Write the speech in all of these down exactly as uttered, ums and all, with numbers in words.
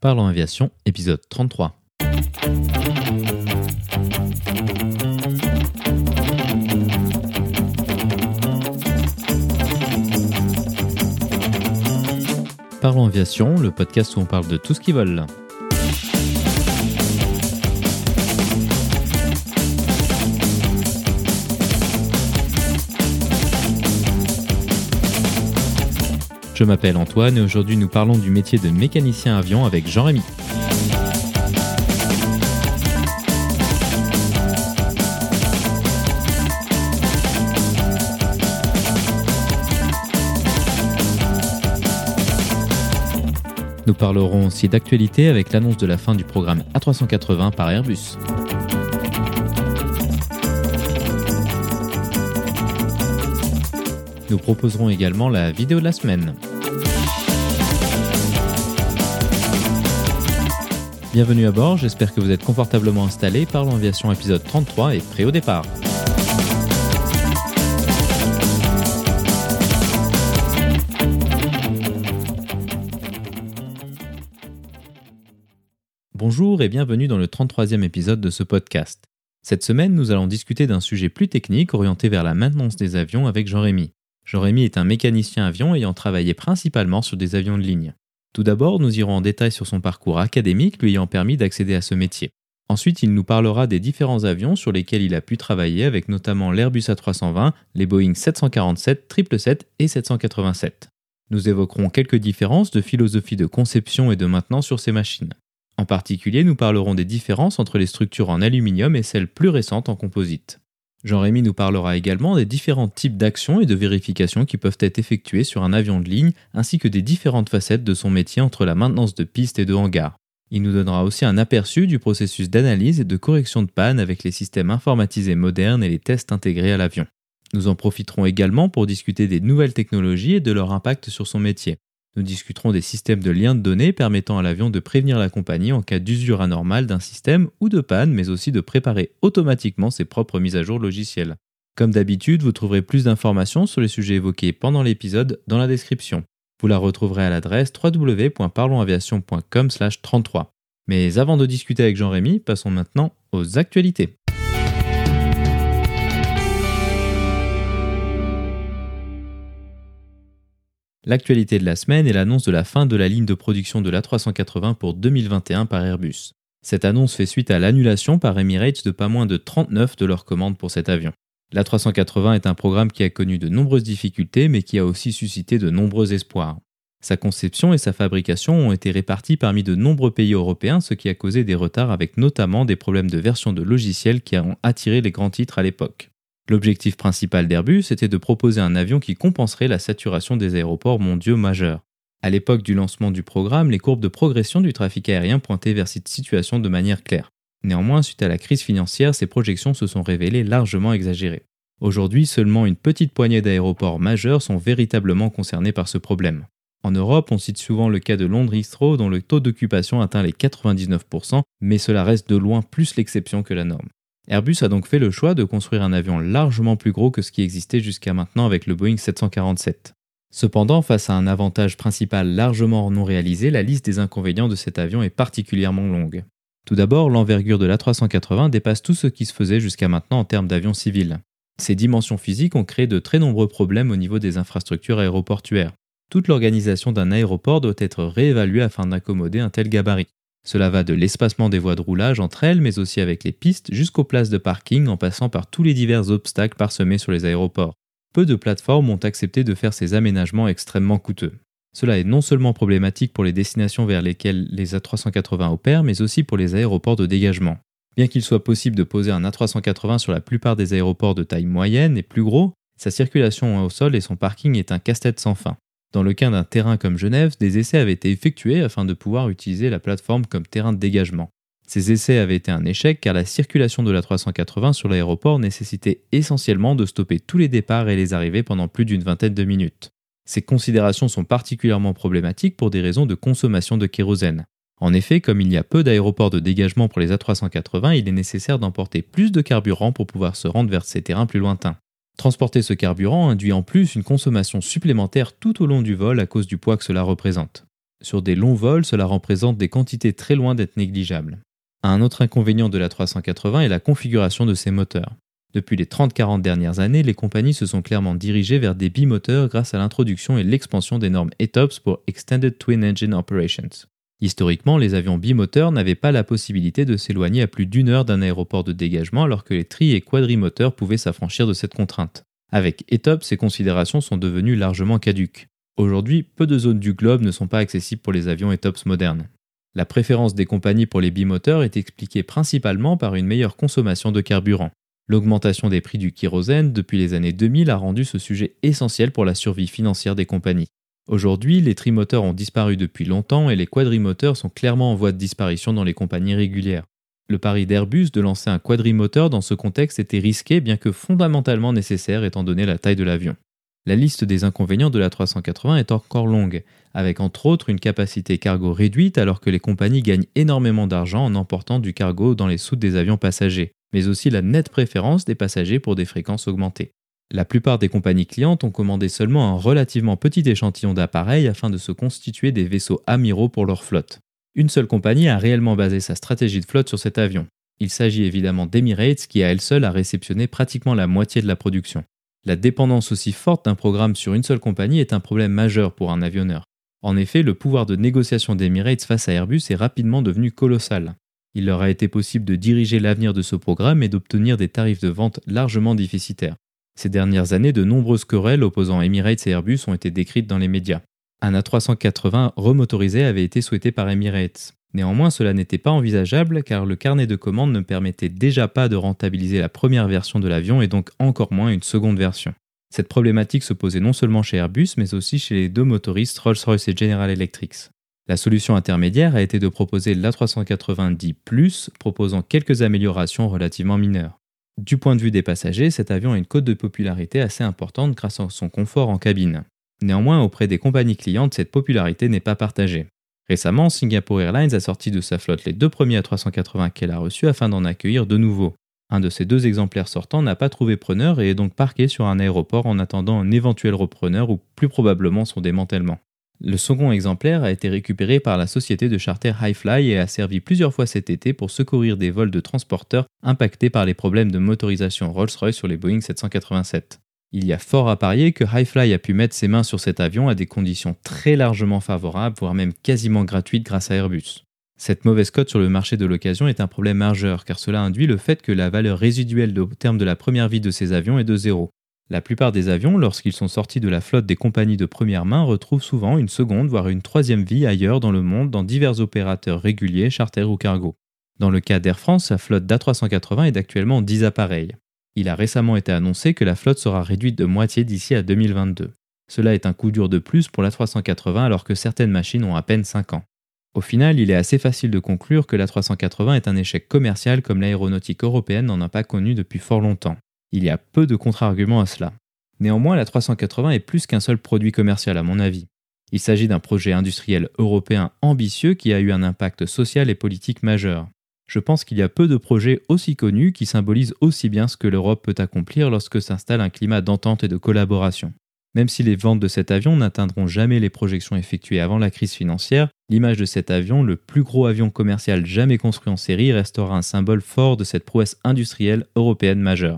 Parlons Aviation, épisode trente-trois. Parlons Aviation, le podcast où on parle de tout ce qui vole. Je m'appelle Antoine et aujourd'hui nous parlons du métier de mécanicien avion avec Jean-Rémy. Nous parlerons aussi d'actualité avec l'annonce de la fin du programme A trois cent quatre-vingts par Airbus. Nous proposerons également la vidéo de la semaine. Bienvenue à bord, j'espère que vous êtes confortablement installés. Parlons Aviation épisode trente-trois et prêt au départ. Bonjour et bienvenue dans le trente-troisième épisode de ce podcast. Cette semaine, nous allons discuter d'un sujet plus technique orienté vers la maintenance des avions avec Jean-Rémy. Jean-Rémy est un mécanicien avion ayant travaillé principalement sur des avions de ligne. Tout d'abord, nous irons en détail sur son parcours académique lui ayant permis d'accéder à ce métier. Ensuite, il nous parlera des différents avions sur lesquels il a pu travailler avec notamment l'Airbus A trois cent vingt, les Boeing sept cent quarante-sept, sept cent soixante-dix-sept et sept cent quatre-vingt-sept. Nous évoquerons quelques différences de philosophie de conception et de maintenance sur ces machines. En particulier, nous parlerons des différences entre les structures en aluminium et celles plus récentes en composite. Jean-Rémy nous parlera également des différents types d'actions et de vérifications qui peuvent être effectuées sur un avion de ligne, ainsi que des différentes facettes de son métier entre la maintenance de piste et de hangar. Il nous donnera aussi un aperçu du processus d'analyse et de correction de panne avec les systèmes informatisés modernes et les tests intégrés à l'avion. Nous en profiterons également pour discuter des nouvelles technologies et de leur impact sur son métier. Nous discuterons des systèmes de liens de données permettant à l'avion de prévenir la compagnie en cas d'usure anormale d'un système ou de panne, mais aussi de préparer automatiquement ses propres mises à jour logicielles. Comme d'habitude, vous trouverez plus d'informations sur les sujets évoqués pendant l'épisode dans la description. Vous la retrouverez à l'adresse w w w point parlons aviation point com slash trente-trois. Mais avant de discuter avec Jean-Rémy, passons maintenant aux actualités. L'actualité de la semaine est l'annonce de la fin de la ligne de production de l'A trois cent quatre-vingts pour deux mille vingt et un par Airbus. Cette annonce fait suite à l'annulation par Emirates de pas moins de trente-neuf de leurs commandes pour cet avion. L'A trois cent quatre-vingts est un programme qui a connu de nombreuses difficultés mais qui a aussi suscité de nombreux espoirs. Sa conception et sa fabrication ont été réparties parmi de nombreux pays européens, ce qui a causé des retards avec notamment des problèmes de version de logiciels qui ont attiré les grands titres à l'époque. L'objectif principal d'Airbus était de proposer un avion qui compenserait la saturation des aéroports mondiaux majeurs. À l'époque du lancement du programme, les courbes de progression du trafic aérien pointaient vers cette situation de manière claire. Néanmoins, suite à la crise financière, ces projections se sont révélées largement exagérées. Aujourd'hui, seulement une petite poignée d'aéroports majeurs sont véritablement concernés par ce problème. En Europe, on cite souvent le cas de Londres Heathrow dont le taux d'occupation atteint les quatre-vingt-dix-neuf pour cent, mais cela reste de loin plus l'exception que la norme. Airbus a donc fait le choix de construire un avion largement plus gros que ce qui existait jusqu'à maintenant avec le Boeing sept cent quarante-sept. Cependant, face à un avantage principal largement non réalisé, la liste des inconvénients de cet avion est particulièrement longue. Tout d'abord, l'envergure de l'A trois cent quatre-vingts dépasse tout ce qui se faisait jusqu'à maintenant en termes d'avions civils. Ces dimensions physiques ont créé de très nombreux problèmes au niveau des infrastructures aéroportuaires. Toute l'organisation d'un aéroport doit être réévaluée afin d'accommoder un tel gabarit. Cela va de l'espacement des voies de roulage entre elles, mais aussi avec les pistes, jusqu'aux places de parking en passant par tous les divers obstacles parsemés sur les aéroports. Peu de plateformes ont accepté de faire ces aménagements extrêmement coûteux. Cela est non seulement problématique pour les destinations vers lesquelles les A trois cent quatre-vingts opèrent, mais aussi pour les aéroports de dégagement. Bien qu'il soit possible de poser un A trois cent quatre-vingts sur la plupart des aéroports de taille moyenne et plus gros, sa circulation au sol et son parking est un casse-tête sans fin. Dans le cas d'un terrain comme Genève, des essais avaient été effectués afin de pouvoir utiliser la plateforme comme terrain de dégagement. Ces essais avaient été un échec car la circulation de l'A trois cent quatre-vingts sur l'aéroport nécessitait essentiellement de stopper tous les départs et les arrivées pendant plus d'une vingtaine de minutes. Ces considérations sont particulièrement problématiques pour des raisons de consommation de kérosène. En effet, comme il y a peu d'aéroports de dégagement pour les A trois cent quatre-vingts, il est nécessaire d'emporter plus de carburant pour pouvoir se rendre vers ces terrains plus lointains. Transporter ce carburant induit en plus une consommation supplémentaire tout au long du vol à cause du poids que cela représente. Sur des longs vols, cela représente des quantités très loin d'être négligeables. Un autre inconvénient de l'A trois cent quatre-vingts est la configuration de ses moteurs. Depuis les trente à quarante dernières années, les compagnies se sont clairement dirigées vers des bimoteurs grâce à l'introduction et l'expansion des normes E T O P S pour Extended Twin Engine Operations. Historiquement, les avions bimoteurs n'avaient pas la possibilité de s'éloigner à plus d'une heure d'un aéroport de dégagement alors que les tri- et quadrimoteurs pouvaient s'affranchir de cette contrainte. Avec E T O P, ces considérations sont devenues largement caduques. Aujourd'hui, peu de zones du globe ne sont pas accessibles pour les avions E T O P S modernes. La préférence des compagnies pour les bimoteurs est expliquée principalement par une meilleure consommation de carburant. L'augmentation des prix du kérosène depuis les années deux mille a rendu ce sujet essentiel pour la survie financière des compagnies. Aujourd'hui, les trimoteurs ont disparu depuis longtemps et les quadrimoteurs sont clairement en voie de disparition dans les compagnies régulières. Le pari d'Airbus de lancer un quadrimoteur dans ce contexte était risqué bien que fondamentalement nécessaire étant donné la taille de l'avion. La liste des inconvénients de l'A trois cent quatre-vingts est encore longue, avec entre autres une capacité cargo réduite alors que les compagnies gagnent énormément d'argent en emportant du cargo dans les soutes des avions passagers, mais aussi la nette préférence des passagers pour des fréquences augmentées. La plupart des compagnies clientes ont commandé seulement un relativement petit échantillon d'appareils afin de se constituer des vaisseaux amiraux pour leur flotte. Une seule compagnie a réellement basé sa stratégie de flotte sur cet avion. Il s'agit évidemment d'Emirates qui à elle seule a réceptionné pratiquement la moitié de la production. La dépendance aussi forte d'un programme sur une seule compagnie est un problème majeur pour un avionneur. En effet, le pouvoir de négociation d'Emirates face à Airbus est rapidement devenu colossal. Il leur a été possible de diriger l'avenir de ce programme et d'obtenir des tarifs de vente largement déficitaires. Ces dernières années, de nombreuses querelles opposant Emirates et Airbus ont été décrites dans les médias. Un A trois cent quatre-vingts remotorisé avait été souhaité par Emirates. Néanmoins, cela n'était pas envisageable car le carnet de commandes ne permettait déjà pas de rentabiliser la première version de l'avion et donc encore moins une seconde version. Cette problématique se posait non seulement chez Airbus mais aussi chez les deux motoristes Rolls-Royce et General Electric. La solution intermédiaire a été de proposer l'A trois cent quatre-vingt-dix plus, proposant quelques améliorations relativement mineures. Du point de vue des passagers, cet avion a une cote de popularité assez importante grâce à son confort en cabine. Néanmoins, auprès des compagnies clientes, cette popularité n'est pas partagée. Récemment, Singapore Airlines a sorti de sa flotte les deux premiers A trois cent quatre-vingts qu'elle a reçus afin d'en accueillir de nouveaux. Un de ces deux exemplaires sortants n'a pas trouvé preneur et est donc parqué sur un aéroport en attendant un éventuel repreneur ou plus probablement son démantèlement. Le second exemplaire a été récupéré par la société de charter Hi-Fly et a servi plusieurs fois cet été pour secourir des vols de transporteurs impactés par les problèmes de motorisation Rolls-Royce sur les Boeing sept cent quatre-vingt-sept. Il y a fort à parier que Hi-Fly a pu mettre ses mains sur cet avion à des conditions très largement favorables, voire même quasiment gratuites grâce à Airbus. Cette mauvaise cote sur le marché de l'occasion est un problème majeur car cela induit le fait que la valeur résiduelle au terme de la première vie de ces avions est de zéro. La plupart des avions, lorsqu'ils sont sortis de la flotte des compagnies de première main, retrouvent souvent une seconde voire une troisième vie ailleurs dans le monde dans divers opérateurs réguliers, charter ou cargo. Dans le cas d'Air France, sa flotte d'A trois cent quatre-vingts est d'actuellement dix appareils. Il a récemment été annoncé que la flotte sera réduite de moitié d'ici à deux mille vingt-deux. Cela est un coup dur de plus pour l'A trois cent quatre-vingts alors que certaines machines ont à peine cinq ans. Au final, il est assez facile de conclure que l'A trois cent quatre-vingts est un échec commercial comme l'aéronautique européenne n'en a pas connu depuis fort longtemps. Il y a peu de contre-arguments à cela. Néanmoins, l'A trois cent quatre-vingts est plus qu'un seul produit commercial à mon avis. Il s'agit d'un projet industriel européen ambitieux qui a eu un impact social et politique majeur. Je pense qu'il y a peu de projets aussi connus qui symbolisent aussi bien ce que l'Europe peut accomplir lorsque s'installe un climat d'entente et de collaboration. Même si les ventes de cet avion n'atteindront jamais les projections effectuées avant la crise financière, l'image de cet avion, le plus gros avion commercial jamais construit en série, restera un symbole fort de cette prouesse industrielle européenne majeure.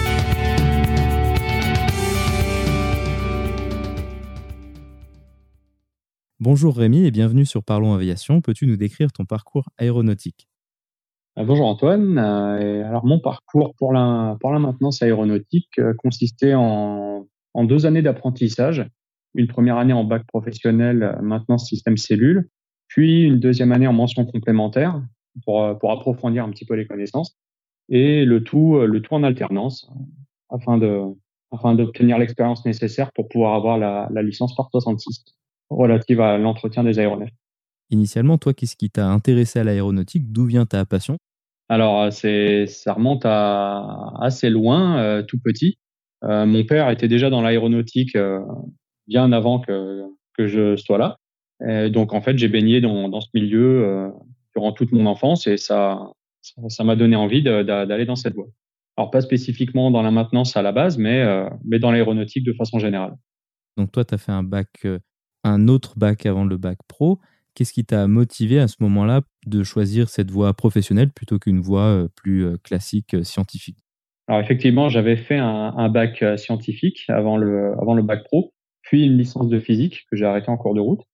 Bonjour Rémi et bienvenue sur Parlons Aviation. Peux-tu nous décrire ton parcours aéronautique ? Euh, Bonjour Antoine. Euh, et alors mon parcours pour la, pour la maintenance aéronautique euh, consistait en, en deux années d'apprentissage. Une première année en bac professionnel euh, maintenance système cellule, puis une deuxième année en mention complémentaire pour, euh, pour approfondir un petit peu les connaissances, et le tout, euh, le tout en alternance euh, afin de, afin d'obtenir l'expérience nécessaire pour pouvoir avoir la, la licence Part soixante-six relative à l'entretien des aéronefs. Initialement, toi, qu'est-ce qui t'a intéressé à l'aéronautique ? D'où vient ta passion ? Alors, euh, c'est, ça remonte à assez loin, euh, tout petit. Euh, mon père était déjà dans l'aéronautique euh, bien avant que, que je sois là. Et donc, en fait, j'ai baigné dans, dans ce milieu euh, durant toute mon enfance et ça, ça, ça m'a donné envie de, de, d'aller dans cette voie. Alors, pas spécifiquement dans la maintenance à la base, mais, euh, mais dans l'aéronautique de façon générale. Donc toi, tu as fait un bac, euh, un autre bac avant le bac pro. Qu'est-ce qui t'a motivé à ce moment-là de choisir cette voie professionnelle plutôt qu'une voie euh, plus euh, classique euh, scientifique? Alors effectivement, j'avais fait un, un bac euh, scientifique avant le, avant le bac pro, puis une licence de physique que j'ai arrêtée en cours de route.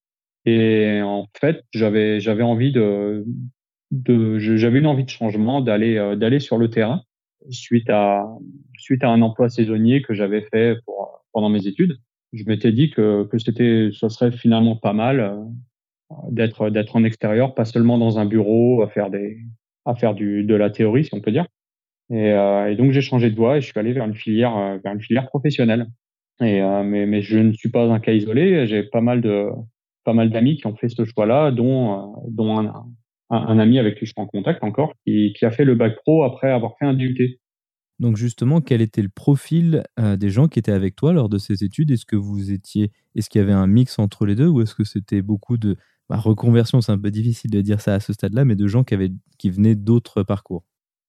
Et en fait, j'avais, j'avais envie de, de, je- j'avais une envie de changement, d'aller, euh, d'aller sur le terrain suite à, suite à un emploi saisonnier que j'avais fait pour, pendant mes études. Je m'étais dit que, que c'était, ce serait finalement pas mal euh, d'être, d'être en extérieur, pas seulement dans un bureau à faire des, à faire du, de la théorie, si on peut dire. Et, euh, et donc j'ai changé de voie et je suis allé vers une filière, euh, vers une filière professionnelle. Et euh, mais, mais je ne suis pas un cas isolé. J'ai pas mal de, pas mal d'amis qui ont fait ce choix-là, dont, euh, dont un, un, un ami avec qui je suis en contact encore, qui, qui a fait le bac pro après avoir fait un D U T. Donc justement, quel était le profil euh, des gens qui étaient avec toi lors de ces études? Est-ce que vous étiez, est-ce qu'il y avait un mix entre les deux ou est-ce que c'était beaucoup de bah, reconversion? C'est un peu difficile de dire ça à ce stade-là, mais de gens qui avaient, qui venaient d'autres parcours.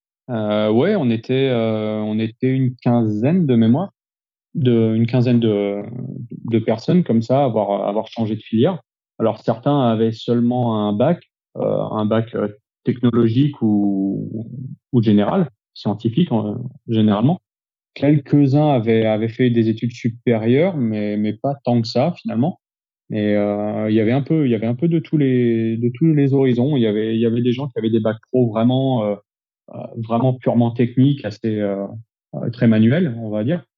Euh, ouais, on était, euh, on était une quinzaine de mémoire, de, une quinzaine de, de personnes comme ça, à avoir, à avoir changé de filière. Alors certains avaient seulement un bac, euh, un bac euh, technologique ou, ou général, scientifique en- généralement. Quelques-uns avaient, avaient fait des études supérieures, mais, mais pas tant que ça finalement. Et euh, il y avait un peu, il y avait un peu de tous les, de tous les horizons. Il y avait, il y avait des gens qui avaient des bacs pro vraiment, euh, euh, vraiment purement techniques, assez euh, euh, très manuels, on va dire,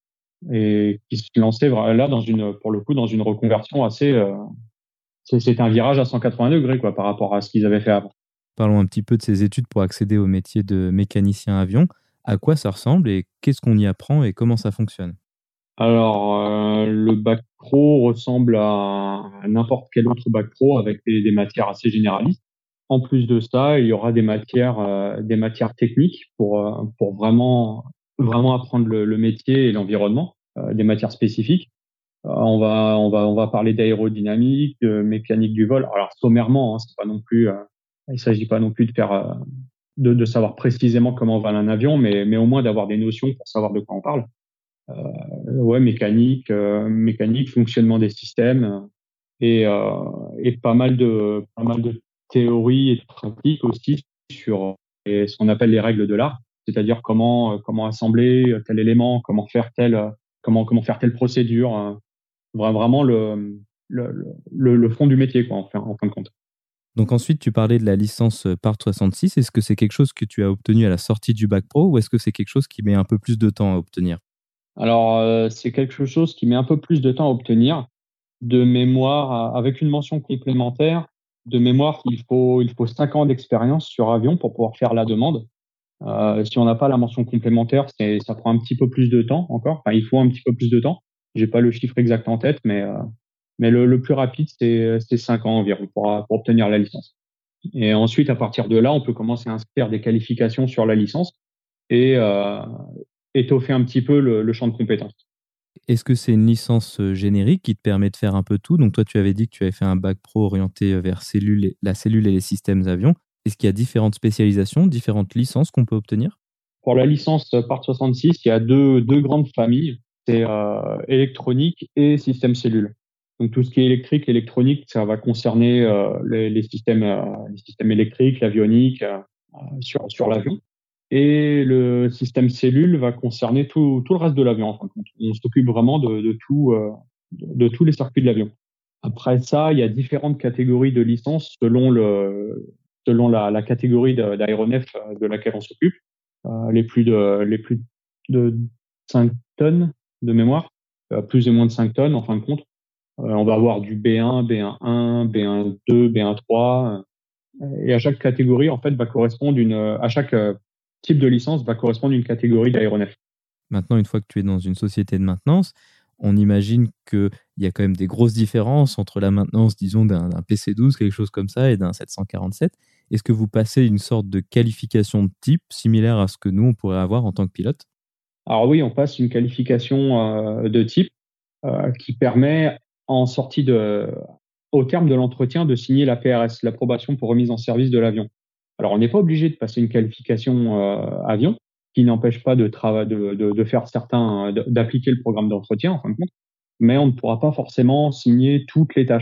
et qui se lançaient vra- là dans une, pour le coup, dans une reconversion assez. Euh, c'est- c'était un virage à cent quatre-vingts degrés quoi par rapport à ce qu'ils avaient fait avant. Parlons un petit peu de ces études pour accéder au métier de mécanicien avion. À quoi ça ressemble et qu'est-ce qu'on y apprend et comment ça fonctionne? Alors, euh, le bac pro ressemble à, à n'importe quel autre bac pro avec des, des matières assez généralistes. En plus de ça, il y aura des matières, euh, des matières techniques pour, euh, pour vraiment, vraiment apprendre le, le métier et l'environnement, euh, des matières spécifiques. Euh, on va, on va, on va parler d'aérodynamique, de mécanique du vol. Alors, sommairement, hein, c'est pas non plus, euh, il s'agit pas non plus de faire, euh, de, de savoir précisément comment va un avion, mais, mais au moins d'avoir des notions pour savoir de quoi on parle. Euh, ouais, mécanique, euh, mécanique, fonctionnement des systèmes euh, et, euh, et pas mal de, pas mal de théories et de pratiques aussi sur les- ce qu'on appelle les règles de l'art, c'est-à-dire comment, euh, comment assembler tel élément, comment faire telle, euh, comment, comment faire telle procédure, euh, vra- vraiment le, le, le, le fond du métier, quoi, en fin, en fin de compte. Donc ensuite, tu parlais de la licence euh, Part soixante-six. Est-ce que c'est quelque chose que tu as obtenu à la sortie du bac pro ou est-ce que c'est quelque chose qui met un peu plus de temps à obtenir? Alors, euh, c'est quelque chose qui met un peu plus de temps à obtenir. De mémoire, avec une mention complémentaire, de mémoire, il faut, il faut cinq ans d'expérience sur avion pour pouvoir faire la demande. Euh, si on n'a pas la mention complémentaire, c'est, ça prend un petit peu plus de temps encore. Enfin, il faut un petit peu plus de temps. J'ai pas le chiffre exact en tête, mais, euh, mais le, le plus rapide, c'est, c'est cinq ans environ pour, pour obtenir la licence. Et ensuite, à partir de là, on peut commencer à inscrire des qualifications sur la licence et euh, étoffer un petit peu le, le champ de compétences. Est-ce que c'est une licence euh, générique qui te permet de faire un peu tout? Donc toi, tu avais dit que tu avais fait un bac pro orienté euh, vers cellule et- la cellule et les systèmes avions. Est-ce qu'il y a différentes spécialisations, différentes licences qu'on peut obtenir? Pour la licence Part soixante-six, il y a deux, deux grandes familles. C'est euh, électronique et système cellule. Donc tout ce qui est électrique, électronique, ça va concerner euh, les, les systèmes, euh, les systèmes électriques, l'avionique euh, sur, sur l'avion. Et le système cellule va concerner tout, tout le reste de l'avion. En fin de compte, on s'occupe vraiment de, de tout, euh, de, de tous les circuits de l'avion. Après ça, il y a différentes catégories de licences selon le, selon la, la catégorie de- d'aéronef euh, de laquelle on s'occupe. Euh, les plus de, les plus de cinq tonnes de mémoire, euh, plus et moins de cinq tonnes en fin de compte. Euh, on va avoir du B un, B un un, B un deux, B un trois. euh, Et à chaque catégorie, en fait, va correspondre une, à chaque euh, type de licence va correspondre une catégorie d'aéronef. Maintenant, une fois que tu es dans une société de maintenance, on imagine qu'il y a quand même des grosses différences entre la maintenance, disons, d'un d'un P C douze, quelque chose comme ça, et d'un sept cent quarante-sept. Est-ce que vous passez une sorte de qualification de type similaire à ce que nous, on pourrait avoir en tant que pilote? Alors oui, on passe une qualification euh, de type euh, qui permet, en sortie de, au terme de l'entretien, de signer la P R S, l'approbation pour remise en service de l'avion. Alors, on n'est pas obligé de passer une qualification euh, avion, qui n'empêche pas de, trava- de, de, de faire certains, euh, de- d'appliquer le programme d'entretien, en fin de compte, mais on ne pourra pas forcément signer toutes les tâches.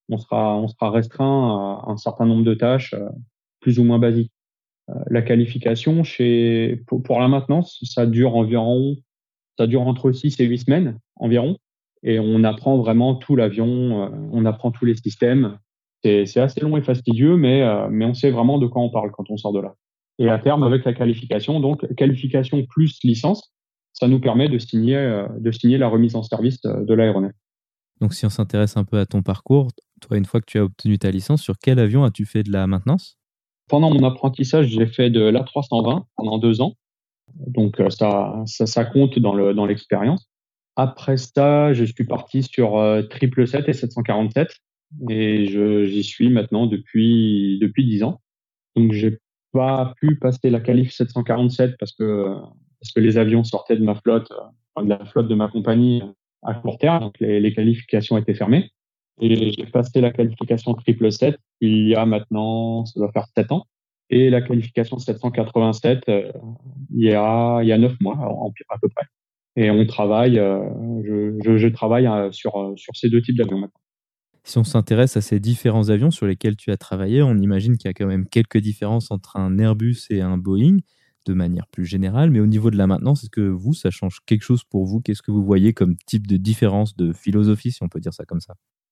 on sera, on sera restreint à un certain nombre de tâches euh, plus ou moins basiques. Euh, la qualification chez, pour, pour la maintenance, ça dure environ, ça dure entre six et huit semaines environ. Et on apprend vraiment tout l'avion, euh, on apprend tous les systèmes. C'est, c'est assez long et fastidieux, mais, euh, mais on sait vraiment de quoi on parle quand on sort de là. Et à terme, avec la qualification, donc qualification plus licence, ça nous permet de signer, euh, de signer la remise en service euh, de l'aéronef. Donc si on s'intéresse un peu à ton parcours, toi, une fois que tu as obtenu ta licence, sur quel avion as-tu fait de la maintenance? Pendant mon apprentissage, j'ai fait de l'A trois cent vingt pendant deux ans. Donc euh, ça, ça, ça compte dans le, dans l'expérience. Après ça, je suis parti sur euh, triple sept et sept cent quarante-sept et je, j'y suis maintenant depuis depuis dix ans. Donc j'ai pas pu passer la qualif sept cent quarante-sept parce que parce que les avions sortaient de ma flotte, euh, enfin, de la flotte de ma compagnie euh, à court terme, donc les, les qualifications étaient fermées. Et j'ai passé la qualification triple sept il y a maintenant, ça doit faire sept ans, et la qualification sept cent quatre-vingt-sept euh, il y a il y a neuf mois en- à peu près. Et on travaille, euh, je, je, je travaille euh, sur euh, sur ces deux types d'avions maintenant. Si on s'intéresse à ces différents avions sur lesquels tu as travaillé, on imagine qu'il y a quand même quelques différences entre un Airbus et un Boeing, de manière plus générale. Mais au niveau de la maintenance, est-ce que vous, ça change quelque chose pour vous? Qu'est-ce que vous voyez comme type de différence de philosophie, si on peut dire ça comme ça?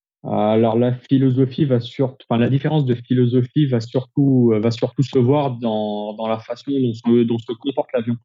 Alors la philosophie va surtout, enfin la différence de philosophie va surtout va surtout se voir dans dans la façon dont se, dont se comporte l'avion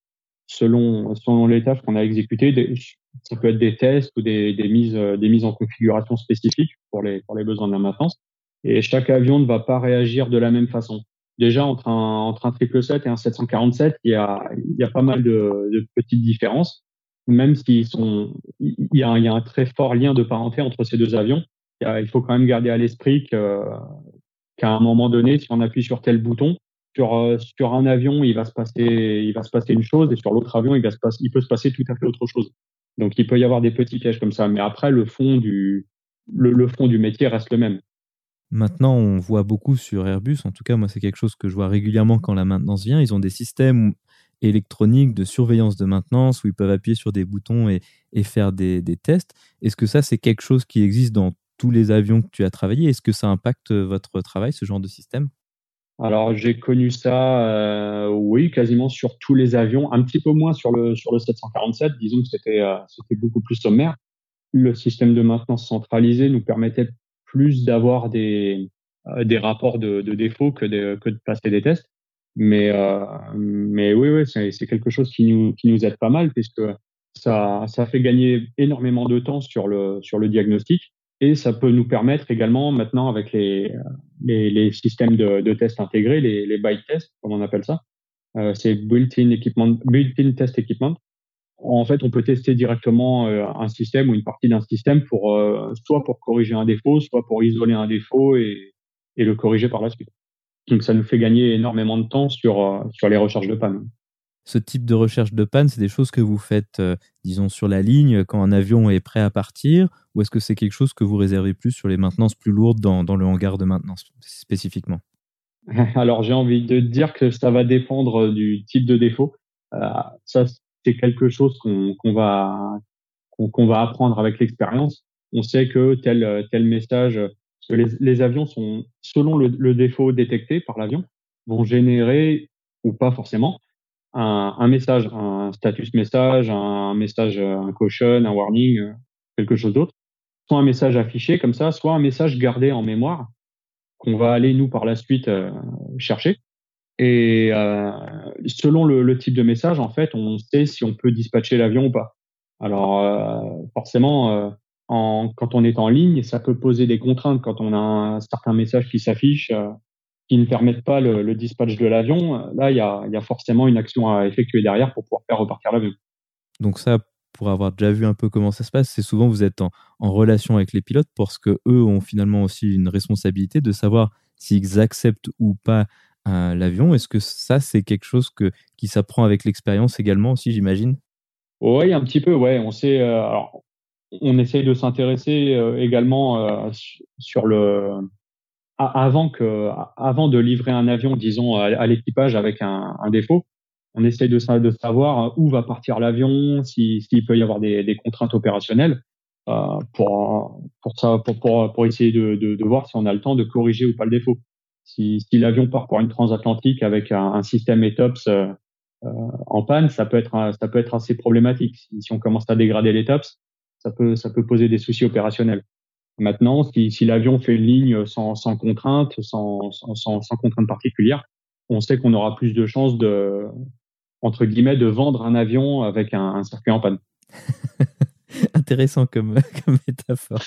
selon selon les tâches qu'on a exécutées. Des, ça peut être des tests ou des, des mises des mises en configuration spécifiques pour les pour les besoins de la maintenance. Et chaque avion ne va pas réagir de la même façon. Déjà entre un entre un triple sept et un sept cent quarante-sept, il y a il y a pas mal de, de petites différences, même s'ils sont il y a il y a un très fort lien de parenté entre ces deux avions. Il faut quand même garder à l'esprit que, qu'à un moment donné, si on appuie sur tel bouton, sur, euh, sur un avion, il va se passer, il va se passer une chose, et sur l'autre avion, il va se passer, il peut se passer tout à fait autre chose. Donc, il peut y avoir des petits pièges comme ça. Mais après, le fond du, le, le fond du métier reste le même. Maintenant, on voit beaucoup sur Airbus, en tout cas, moi, c'est quelque chose que je vois régulièrement quand la maintenance vient. Ils ont des systèmes électroniques de surveillance de maintenance où ils peuvent appuyer sur des boutons et, et faire des, des tests. Est-ce que ça, c'est quelque chose qui existe dans tous les avions que tu as travaillé? Est-ce que ça impacte votre travail, ce genre de système? Alors, j'ai connu ça, euh, oui, quasiment sur tous les avions, un petit peu moins sur le, sur le sept cent quarante-sept. Disons que c'était, euh, c'était beaucoup plus sommaire. Le système de maintenance centralisé nous permettait plus d'avoir des, euh, des rapports de, de défauts que de, que de passer des tests. Mais, euh, mais oui, oui, c'est, c'est quelque chose qui nous, qui nous aide pas mal puisque ça, ça fait gagner énormément de temps sur le, sur le diagnostic et ça peut nous permettre également maintenant avec les, les, les systèmes de, de tests intégrés, les, les byte tests, comme on appelle ça, euh, c'est built-in equipment, built-in test equipment. En fait, on peut tester directement euh, un système ou une partie d'un système pour euh, soit pour corriger un défaut, soit pour isoler un défaut et, et le corriger par la suite. Donc, ça nous fait gagner énormément de temps sur euh, sur les recherches de panne. Ce type de recherche de panne, c'est des choses que vous faites, euh, disons, sur la ligne quand un avion est prêt à partir, ou est-ce que c'est quelque chose que vous réservez plus sur les maintenances plus lourdes dans, dans le hangar de maintenance spécifiquement? Alors, j'ai envie de dire que ça va dépendre du type de défaut. Euh, ça, c'est quelque chose qu'on qu'on va qu'on qu'on va apprendre avec l'expérience. On sait que tel tel message, parce que les, les avions sont selon le, le défaut détecté par l'avion, vont générer ou pas forcément un, un message, un status message, un message, un caution, un warning, euh, quelque chose d'autre. Soit un message affiché comme ça, soit un message gardé en mémoire qu'on va aller nous par la suite euh, chercher. Et euh, selon le, le type de message, en fait, on sait si on peut dispatcher l'avion ou pas. Alors euh, forcément, euh, en, quand on est en ligne, ça peut poser des contraintes quand on a un certain message qui s'affiche. Euh, qui ne permettent pas le, le dispatch de l'avion, là, il y a, il y a forcément une action à effectuer derrière pour pouvoir faire repartir l'avion. Donc ça, pour avoir déjà vu un peu comment ça se passe, c'est souvent vous êtes en, en relation avec les pilotes parce que eux ont finalement aussi une responsabilité de savoir s'ils acceptent ou pas euh, l'avion. Est-ce que ça, c'est quelque chose que, qui s'apprend avec l'expérience également aussi, j'imagine? Oui, un petit peu, ouais. On sait, euh, alors, on essaye de s'intéresser euh, également euh, sur le, a- avant que, avant de livrer un avion, disons, à, à l'équipage avec un, un défaut, on essaye de, sa- de savoir où va partir l'avion, si, s'il peut y avoir des, des contraintes opérationnelles. euh, pour, pour, ça, pour, pour, pour essayer de, de, de voir si on a le temps de corriger ou pas le défaut. Si, si l'avion part pour une transatlantique avec un, un système E T O P S euh, euh, en panne, ça peut être, ça peut être assez problématique. Si, si on commence à dégrader les T O P S, ça peut, ça peut poser des soucis opérationnels. Maintenant, si, si l'avion fait une ligne sans, sans contrainte, sans, sans, sans, sans contrainte particulière, on sait qu'on aura plus de chances de, entre guillemets, de vendre un avion avec un, un circuit en panne. Intéressant comme, comme métaphore.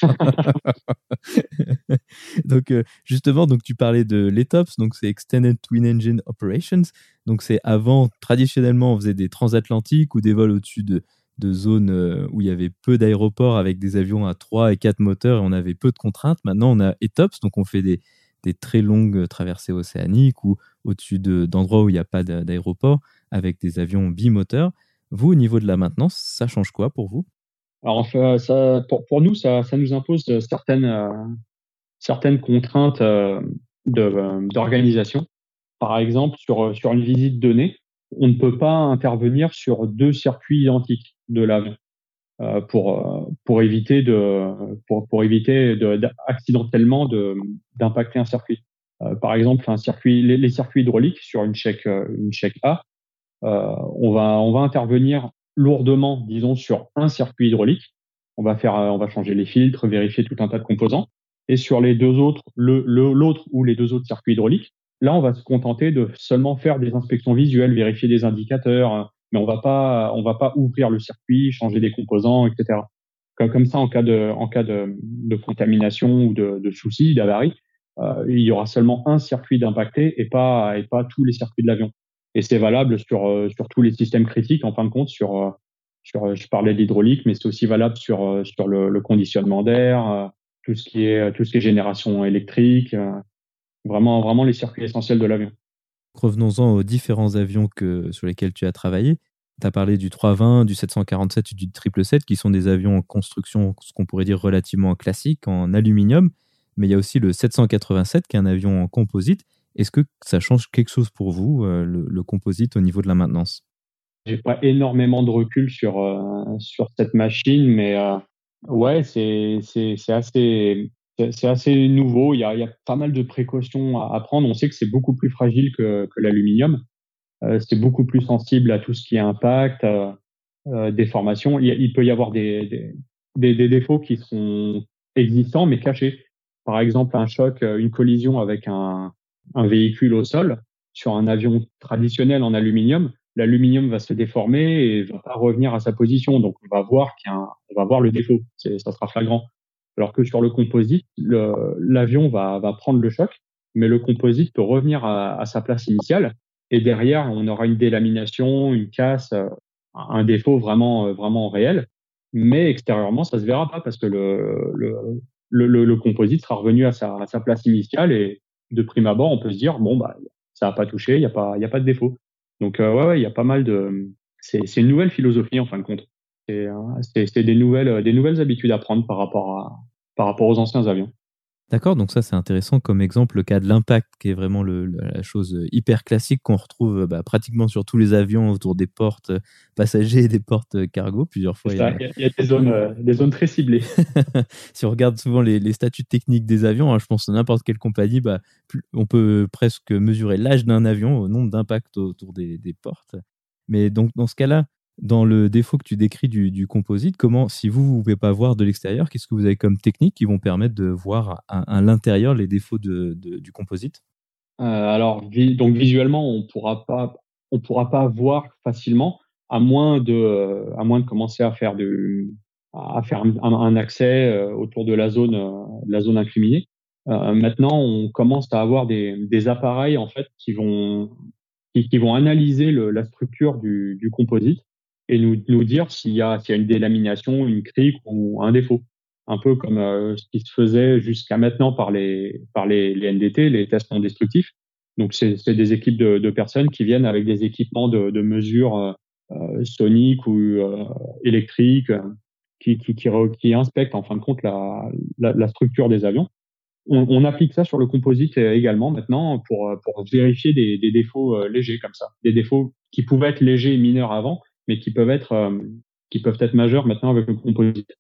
donc euh, justement, donc tu parlais de l'E T O P S, donc c'est Extended Twin Engine Operations. Donc c'est avant, traditionnellement, on faisait des transatlantiques ou des vols au-dessus de, de zones euh, où il y avait peu d'aéroports avec des avions à trois et quatre moteurs et on avait peu de contraintes. Maintenant, on a E T O P S, donc on fait des, des très longues traversées océaniques ou au-dessus de, d'endroits où il n'y a pas d'aéroport avec des avions bimoteurs. Vous, au niveau de la maintenance, ça change quoi pour vous? Alors, enfin, ça, pour, pour nous, ça, ça nous impose certaines, euh, certaines contraintes euh, de, euh, d'organisation. Par exemple, sur, sur une visite donnée, on ne peut pas intervenir sur deux circuits identiques de l'avion euh, pour, euh, pour éviter, de, pour, pour éviter de, de, accidentellement de, d'impacter un circuit. Euh, par exemple, un circuit, les, les circuits hydrauliques sur une chèque, une chèque A, euh, on va, on va intervenir lourdement, disons, sur un circuit hydraulique. On va faire, on va changer les filtres, vérifier tout un tas de composants. Et sur les deux autres, le, le, l'autre ou les deux autres circuits hydrauliques, là, on va se contenter de seulement faire des inspections visuelles, vérifier des indicateurs, mais on va pas, on va pas ouvrir le circuit, changer des composants, et cetera. Comme, comme ça, en cas de, en cas de, de contamination ou de, de soucis, d'avarie, euh, il y aura seulement un circuit d'impacté et pas, et pas tous les circuits de l'avion. Et c'est valable sur, euh, sur tous les systèmes critiques, en fin de compte, sur, euh, sur, je parlais de l'hydraulique, mais c'est aussi valable sur, euh, sur le, le conditionnement d'air, euh, tout ce qui est, tout ce qui est génération électrique, euh, vraiment, vraiment les circuits essentiels de l'avion. Revenons-en aux différents avions que, sur lesquels tu as travaillé. Tu as parlé du trois cent vingt, du sept cent quarante-sept et du triple sept, qui sont des avions en construction, ce qu'on pourrait dire relativement classique, en aluminium. Mais il y a aussi le sept cent quatre-vingt-sept, qui est un avion en composite. Est-ce que ça change quelque chose pour vous, euh, le, le composite, au niveau de la maintenance? J'ai pas énormément de recul sur, euh, sur cette machine, mais euh, ouais, c'est, c'est, c'est assez, c'est c'est assez nouveau. Il y a, il y a pas mal de précautions à, à prendre. On sait que c'est beaucoup plus fragile que, que l'aluminium. Euh, c'est beaucoup plus sensible à tout ce qui est impact, euh, euh, déformation. Il, y a- il peut y avoir des, des, des, des défauts qui sont existants mais cachés. Par exemple, un choc, euh, une collision avec un, un véhicule au sol sur un avion traditionnel en aluminium, l'aluminium va se déformer et va pas revenir à sa position. Donc, on va voir qu'il y a un, on va voir le défaut. C'est, ça sera flagrant. Alors que sur le composite, le, l'avion va, va prendre le choc, mais le composite peut revenir à, à sa place initiale. Et derrière, on aura une délamination, une casse, euh, un défaut vraiment, euh, vraiment réel. Mais extérieurement, ça se verra pas parce que le, le, le, le, le composite sera revenu à sa, à sa place initiale et de prime abord, on peut se dire, bon, bah, ça n'a pas touché, il n'y a pas, il y a pas de défaut. Donc, euh, ouais, ouais, il y a pas mal de, c'est, c'est une nouvelle philosophie, en fin de compte. C'est, euh, c'est, c'est des nouvelles, des nouvelles habitudes à prendre par rapport à, par rapport aux anciens avions. D'accord, donc ça c'est intéressant comme exemple, le cas de l'impact, qui est vraiment le, le- la chose hyper classique qu'on retrouve bah, pratiquement sur tous les avions autour des portes euh, passagers et des portes euh, cargo. Plusieurs C'est fois, il y ça, a... il y a, il y a des zones, euh, des zones très ciblées. si on regarde souvent les, les statuts techniques des avions, hein, je pense à n'importe quelle compagnie, bah, plus- on peut presque mesurer l'âge d'un avion au nombre d'impacts autour des, des portes. Mais donc dans ce cas-là, dans le défaut que tu décris du, du composite, comment, si vous ne pouvez pas voir de l'extérieur, qu'est-ce que vous avez comme technique qui vont permettre de voir à, à l'intérieur les défauts de, de- du composite? Euh, alors, vi- donc visuellement, on pourra pas, on pourra pas voir facilement, à moins de, euh, à moins de commencer à faire de, à faire un, un accès euh, autour de la zone, euh, de la zone incriminée. Euh, maintenant, on commence à avoir des, des appareils en fait qui vont, qui, qui vont analyser le, la structure du, du composite et nous, nous dire s'il y a, s'il y a une délamination, une crique ou un défaut. Un peu comme euh, ce qui se faisait jusqu'à maintenant par les, par les, les N D T, les tests non destructifs. Donc, c'est, c'est des équipes de, de personnes qui viennent avec des équipements de, de mesure euh, euh, soniques ou euh, électriques euh, qui, qui, qui, re- qui inspectent en fin de compte la, la, la structure des avions. On, on applique ça sur le composite euh, également maintenant pour, euh, pour vérifier des, des défauts euh, légers comme ça, des défauts qui pouvaient être légers et mineurs avant, mais qui peuvent être, euh, qui peuvent être majeurs maintenant avec le composite.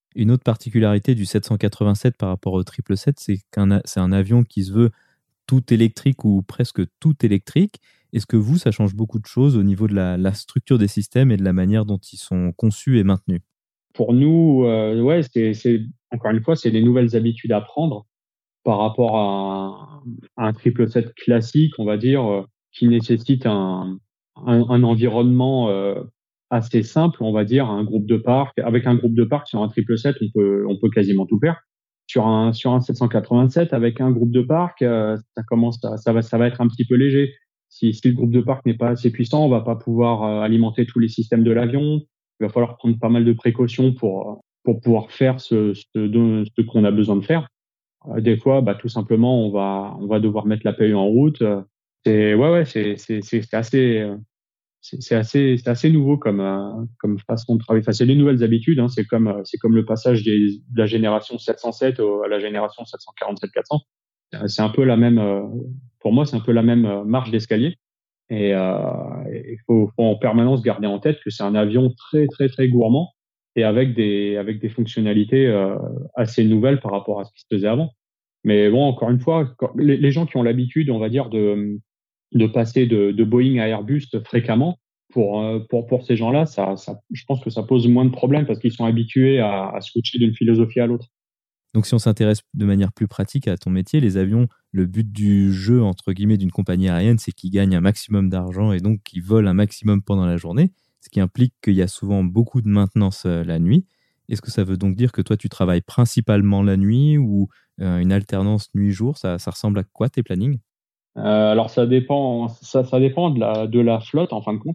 Une autre particularité du sept cent quatre-vingt-sept par rapport au triple sept, c'est qu'un a- c'est un avion qui se veut tout électrique ou presque tout électrique. Est-ce que vous, ça change beaucoup de choses au niveau de la, la structure des systèmes et de la manière dont ils sont conçus et maintenus? Pour nous, euh, ouais, c'est, c'est encore une fois, c'est des nouvelles habitudes à prendre par rapport à un, à un triple sept classique, on va dire, euh, qui nécessite un, un, un environnement euh, assez simple, on va dire, un groupe de parc. Avec un groupe de parc sur un triple sept, on peut, on peut quasiment tout faire. Sur un, sur un sept cent quatre-vingt-sept, avec un groupe de parc, euh, ça commence, à, ça va, ça va être un petit peu léger. Si, si le groupe de parc n'est pas assez puissant, on va pas pouvoir euh, alimenter tous les systèmes de l'avion. Il va falloir prendre pas mal de précautions pour, pour pouvoir faire ce, ce, ce qu'on a besoin de faire. Euh, des fois, bah, tout simplement, on va, on va devoir mettre la P A U en route. Euh, C'est, ouais, ouais, c'est, c'est, c'est c'est assez, euh, c'est c'est assez, c'est assez nouveau comme, euh, comme façon de travailler. Enfin, c'est des nouvelles habitudes. Hein. C'est comme, euh, c'est comme le passage des, de la génération sept cent sept au- à la génération sept cent quarante-sept quatre cents. Euh, C'est un peu la même, euh, pour moi, c'est un peu la même euh, marche d'escalier. Et euh, il faut, faut en permanence garder en tête que c'est un avion très, très, très gourmand et avec des, avec des fonctionnalités euh, assez nouvelles par rapport à ce qui se faisait avant. Mais bon, encore une fois, quand- les, les gens qui ont l'habitude, on va dire, de, de passer de, de Boeing à Airbus fréquemment, pour, euh, pour, pour ces gens-là, ça, ça, je pense que ça pose moins de problèmes parce qu'ils sont habitués à, à switcher d'une philosophie à l'autre. Donc, si on s'intéresse de manière plus pratique à ton métier, les avions, le but du jeu, entre guillemets, d'une compagnie aérienne, c'est qu'ils gagnent un maximum d'argent et donc qu'ils volent un maximum pendant la journée, ce qui implique qu'il y a souvent beaucoup de maintenance euh, la nuit. Est-ce que ça veut donc dire que toi, tu travailles principalement la nuit ou euh, une alternance nuit-jour? Ça, ça ressemble à quoi tes plannings? Euh, alors ça dépend, ça, ça dépend de la, de la flotte en fin de compte.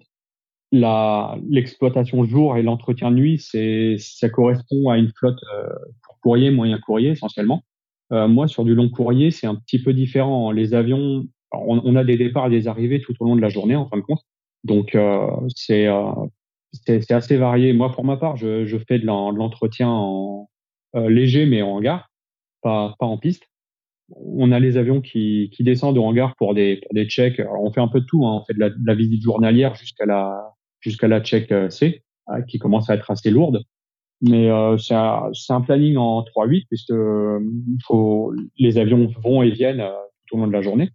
La, l'exploitation jour et l'entretien nuit, c'est, ça correspond à une flotte euh, pour courrier, moyen courrier essentiellement. Euh, moi, sur du long courrier, c'est un petit peu différent. Les avions, on, on a des départs et des arrivées tout au long de la journée en fin de compte. Donc, euh, c'est, euh, c'est, c'est assez varié. Moi, pour ma part, je, je fais de l'en- de l'entretien en euh, léger, mais en hangar, pas, pas en piste. On a les avions qui, qui descendent au hangar pour des, pour des checks. Alors, on fait un peu de tout, hein. On fait de la, de la visite journalière jusqu'à la, jusqu'à la check euh, C, hein, qui commence à être assez lourde. Mais euh, c'est un, c'est un planning en trois huit puisque euh, il faut, les avions vont et viennent euh, tout au long de la journée.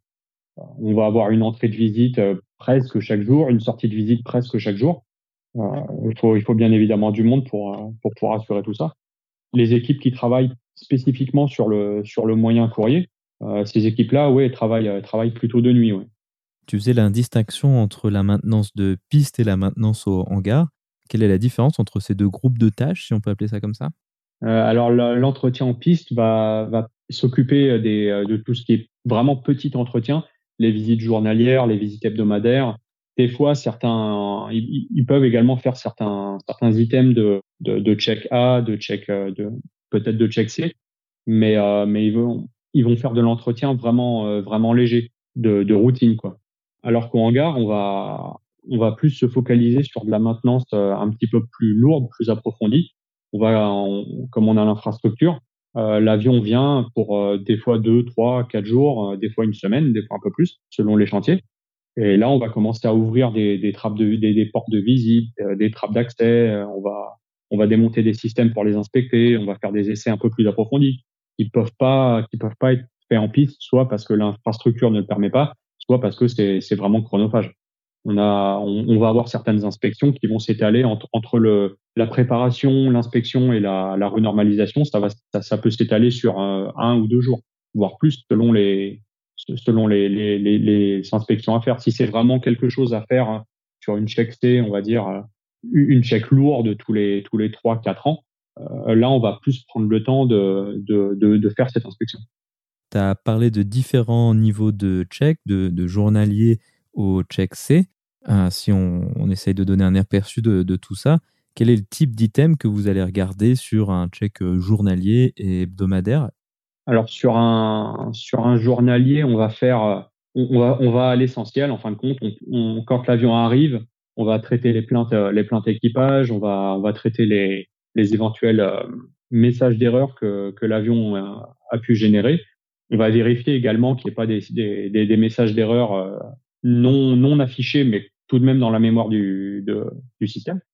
On va avoir une entrée de visite euh, presque chaque jour, une sortie de visite presque chaque jour. Euh, il faut, il faut bien évidemment du monde pour, euh, pour pouvoir assurer tout ça. Les équipes qui travaillent spécifiquement sur le, sur le moyen courrier, euh, ces équipes-là, ouais, travaillent, euh, travaillent plutôt de nuit. Ouais. Tu faisais la distinction entre la maintenance de piste et la maintenance au hangar. Quelle est la différence entre ces deux groupes de tâches, si on peut appeler ça comme ça? Euh, alors le- l'entretien en piste va, va s'occuper des, euh, de tout ce qui est vraiment petit entretien, les visites journalières, les visites hebdomadaires. Des fois, certains, ils, ils peuvent également faire certains, certains items de, de, de check A, de check, euh, de, peut-être de check C, mais, euh, mais ils vont, ils vont faire de l'entretien vraiment, euh, vraiment léger, de, de routine, quoi. Alors qu'au hangar, on va, on va plus se focaliser sur de la maintenance euh, un petit peu plus lourde, plus approfondie. On va, on- comme on a l'infrastructure, euh, l'avion vient pour euh, des fois deux, trois, quatre jours, euh, des fois une semaine, des fois un peu plus, selon les chantiers. Et là, on va commencer à ouvrir des, des trappes de, des, des portes de visite, euh, des trappes d'accès. Euh, on va, on va démonter des systèmes pour les inspecter. On va faire des essais un peu plus approfondis qui peuvent pas, qui peuvent pas être faits en piste, soit parce que l'infrastructure ne le permet pas, soit parce que c'est, c'est vraiment chronophage. On a, on, on va avoir certaines inspections qui vont s'étaler entre, entre le, la préparation, l'inspection et la, la renormalisation. Ça va, ça, ça peut s'étaler sur un, un ou deux jours, voire plus selon les, selon les, les, les, les inspections à faire. Si c'est vraiment quelque chose à faire hein, sur une check C, on va dire euh, une check lourde tous les tous les trois quatre ans, euh, là on va plus prendre le temps de de, de, de faire cette inspection. Tu as parlé de différents niveaux de check, de, de journalier au check C. Euh, si on, on essaye de donner un aperçu de, de tout ça, quel est le type d'item que vous allez regarder sur un check euh, journalier et hebdomadaire? Alors sur un sur un journalier, on va faire euh, on, on va on va à l'essentiel en fin de compte. On, on, quand l'avion arrive, on va traiter les plaintes euh, les plaintes équipage, on va on va traiter les les éventuels euh, messages d'erreur que que l'avion a, a pu générer. On va vérifier également qu'il n'y ait pas des des, des, des messages d'erreur euh, non non affichés, mais tout de même dans la mémoire du de, du système.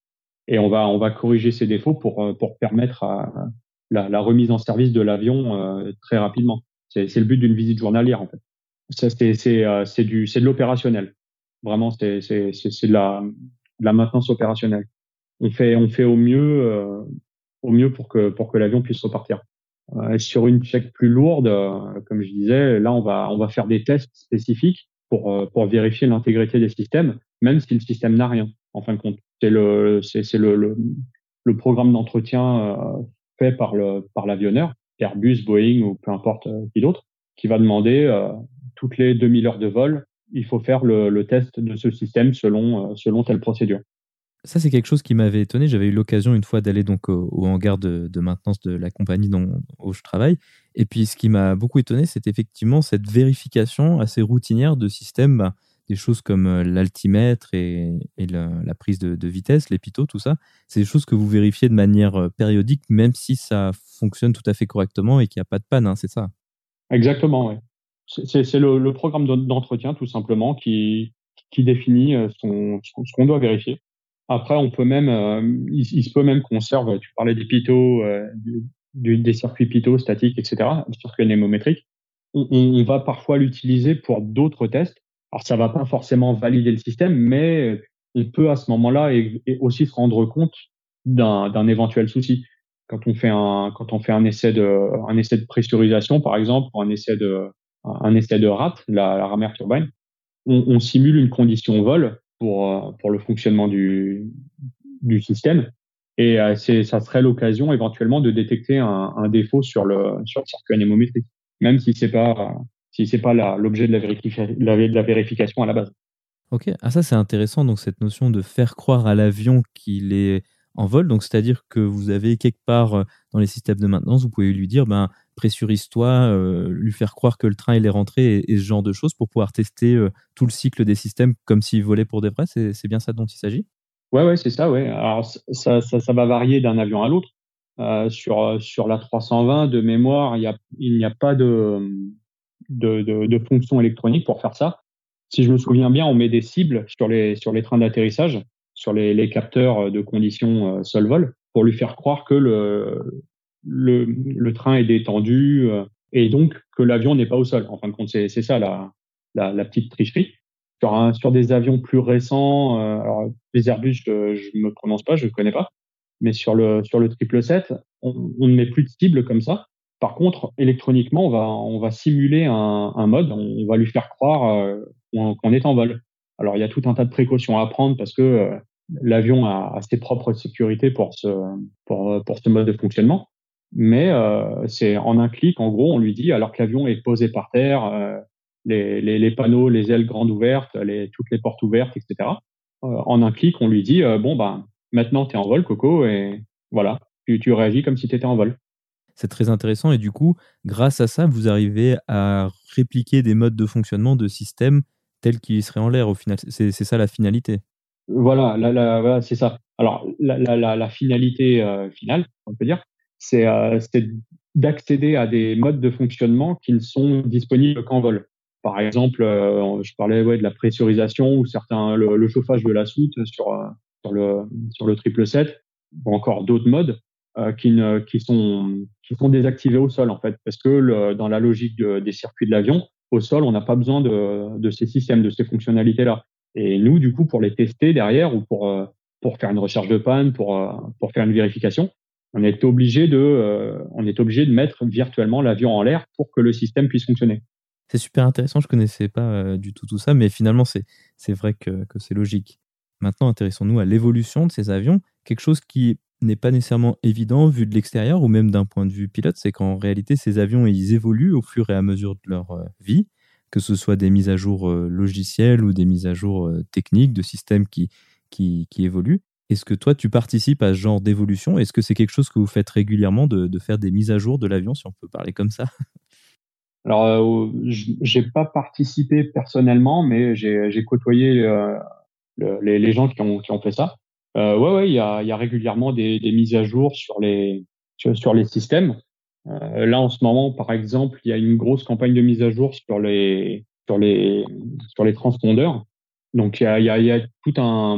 et on va on va corriger ces défauts pour euh, pour permettre à, la, la remise en service de l'avion euh, très rapidement. C'est c'est le but d'une visite journalière en fait. Ça c'est c'est euh, c'est du c'est de l'opérationnel. Vraiment c'est c'est c'est c'est de la de la maintenance opérationnelle. On fait on fait au mieux euh, au mieux pour que pour que l'avion puisse repartir. Euh, sur une check plus lourde, euh, comme je disais, là on va on va faire des tests spécifiques pour euh, pour vérifier l'intégrité des systèmes, même si le système n'a rien. En fin de compte, c'est le c'est c'est le, le le programme d'entretien euh, fait par le par l'avionneur, Airbus, Boeing ou peu importe euh, qui d'autre, qui va demander euh, toutes les deux mille heures de vol, il faut faire le, le test de ce système selon euh, selon telle procédure. Ça, c'est quelque chose qui m'avait étonné. J'avais eu l'occasion une fois d'aller donc au, au hangar de, de maintenance de la compagnie dont, où je travaille. Et puis, ce qui m'a beaucoup étonné, c'est effectivement cette vérification assez routinière de systèmes, bah, des choses comme euh, l'altimètre et, et la, la prise de, de vitesse, les pitot, tout ça. C'est des choses que vous vérifiez de manière euh, périodique, même si ça fonctionne tout à fait correctement et qu'il n'y a pas de panne, hein, c'est ça? Exactement, ouais. C'est c'est- c'est le, le programme d'en- d'entretien tout simplement qui qui définit euh, son, ce qu'on ce qu'on doit vérifier. Après, on peut même, euh, il, il se peut même qu'on serve, tu parlais des pitos, euh, du, du- des circuits pitos statiques, et cetera, des circuits anémométriques. On, on, on va parfois l'utiliser pour d'autres tests. Alors, ça va pas forcément valider le système, mais on peut à ce moment-là et, et aussi se rendre compte d'un d'un éventuel souci. Quand on fait un, quand on fait un essai de, un essai de pressurisation, par exemple, ou un essai de, un essai de R A T, la, la rameur turbine, on, on simule une condition vol pour, euh, pour le fonctionnement du, du système. Et euh, c'est, ça serait l'occasion éventuellement de détecter un, un défaut sur le, sur le circuit anémométrique, même si c'est pas, si c'est pas la- l'objet de la, vérifica- la- de la vérification à la base. Ok, ah ça c'est intéressant, donc cette notion de faire croire à l'avion qu'il est en vol, donc c'est-à-dire que vous avez quelque part euh, dans les systèmes de maintenance, vous pouvez lui dire, ben, pressurise-toi, euh, lui faire croire que le train il est rentré et, et ce genre de choses pour pouvoir tester euh, tout le cycle des systèmes comme s'il volait pour des vrais, c'est c'est bien ça dont il s'agit? Ouais, ouais, c'est ça, ouais. Alors, ça, ça, ça va varier d'un avion à l'autre. Euh, sur, sur la trois cent vingt, de mémoire, il y a, il n'y a pas de, de, de, de fonction électronique pour faire ça. Si je me souviens bien, on met des cibles sur les, sur les trains d'atterrissage, sur les, les capteurs de conditions euh, sol-vol, pour lui faire croire que le, le, le train est détendu euh, et donc que l'avion n'est pas au sol. En fin de compte, c'est c'est ça la, la, la petite tricherie. Sur, un, sur des avions plus récents, euh, alors les Airbus, je ne me prononce pas, je ne connais pas, mais sur le sur le triple sept, on, on ne met plus de cible comme ça. Par contre, électroniquement, on va on va simuler un, un mode, on va lui faire croire euh, qu'on qu'on est en vol. Alors il y a tout un tas de précautions à prendre parce que euh, l'avion a, a ses propres sécurités pour ce pour pour ce mode de fonctionnement. Mais euh, c'est en un clic, en gros, on lui dit alors que l'avion est posé par terre, euh, les, les, les panneaux, les ailes grandes ouvertes, les, toutes les portes ouvertes, et cetera. Euh, en un clic, on lui dit euh, bon ben maintenant tu es en vol, Coco, et voilà, tu, tu réagis comme si tu étais en vol. C'est très intéressant et du coup, grâce à ça, vous arrivez à répliquer des modes de fonctionnement de systèmes tels qu'ils seraient en l'air au final. C'est c'est ça la finalité. Voilà, la, la, voilà, c'est ça. Alors la, la, la, la finalité euh, finale, on peut dire, c'est euh, c'est d'accéder à des modes de fonctionnement qui ne sont disponibles qu'en vol. Par exemple, euh, je parlais ouais, de la pressurisation ou certains le, le chauffage de la soute sur euh, sur le sur le triple sept ou encore d'autres modes euh, qui ne qui sont qui sont désactivés au sol en fait parce que le, dans la logique de, des circuits de l'avion au sol on n'a pas besoin de de ces systèmes de ces fonctionnalités là. Et nous du coup pour les tester derrière ou pour euh, pour faire une recherche de panne pour euh, pour faire une vérification on est obligé de euh, on est obligé de mettre virtuellement l'avion en l'air pour que le système puisse fonctionner. C'est super intéressant, je connaissais pas euh, du tout tout ça, mais finalement c'est c'est vrai que, que c'est logique. Maintenant, intéressons-nous à l'évolution de ces avions. Quelque chose qui n'est pas nécessairement évident vu de l'extérieur ou même d'un point de vue pilote, c'est qu'en réalité ces avions ils évoluent au fur et à mesure de leur euh, vie, que ce soit des mises à jour euh, logicielles ou des mises à jour euh, techniques de systèmes qui, qui, qui évoluent. Est-ce que toi tu participes à ce genre d'évolution? Est-ce que c'est quelque chose que vous faites régulièrement de, de faire des mises à jour de l'avion, si on peut parler comme ça? Alors, euh, j- j'ai pas participé personnellement, mais j'ai j'ai côtoyé euh, le- les, les gens qui ont qui ont fait ça. Euh, ouais, ouais, il y a il y a régulièrement des, des mises à jour sur les sur, sur les systèmes. Euh, là, en ce moment, par exemple, il y a une grosse campagne de mise à jour sur les sur les sur les transpondeurs. Donc, il y a il y a, il y a tout un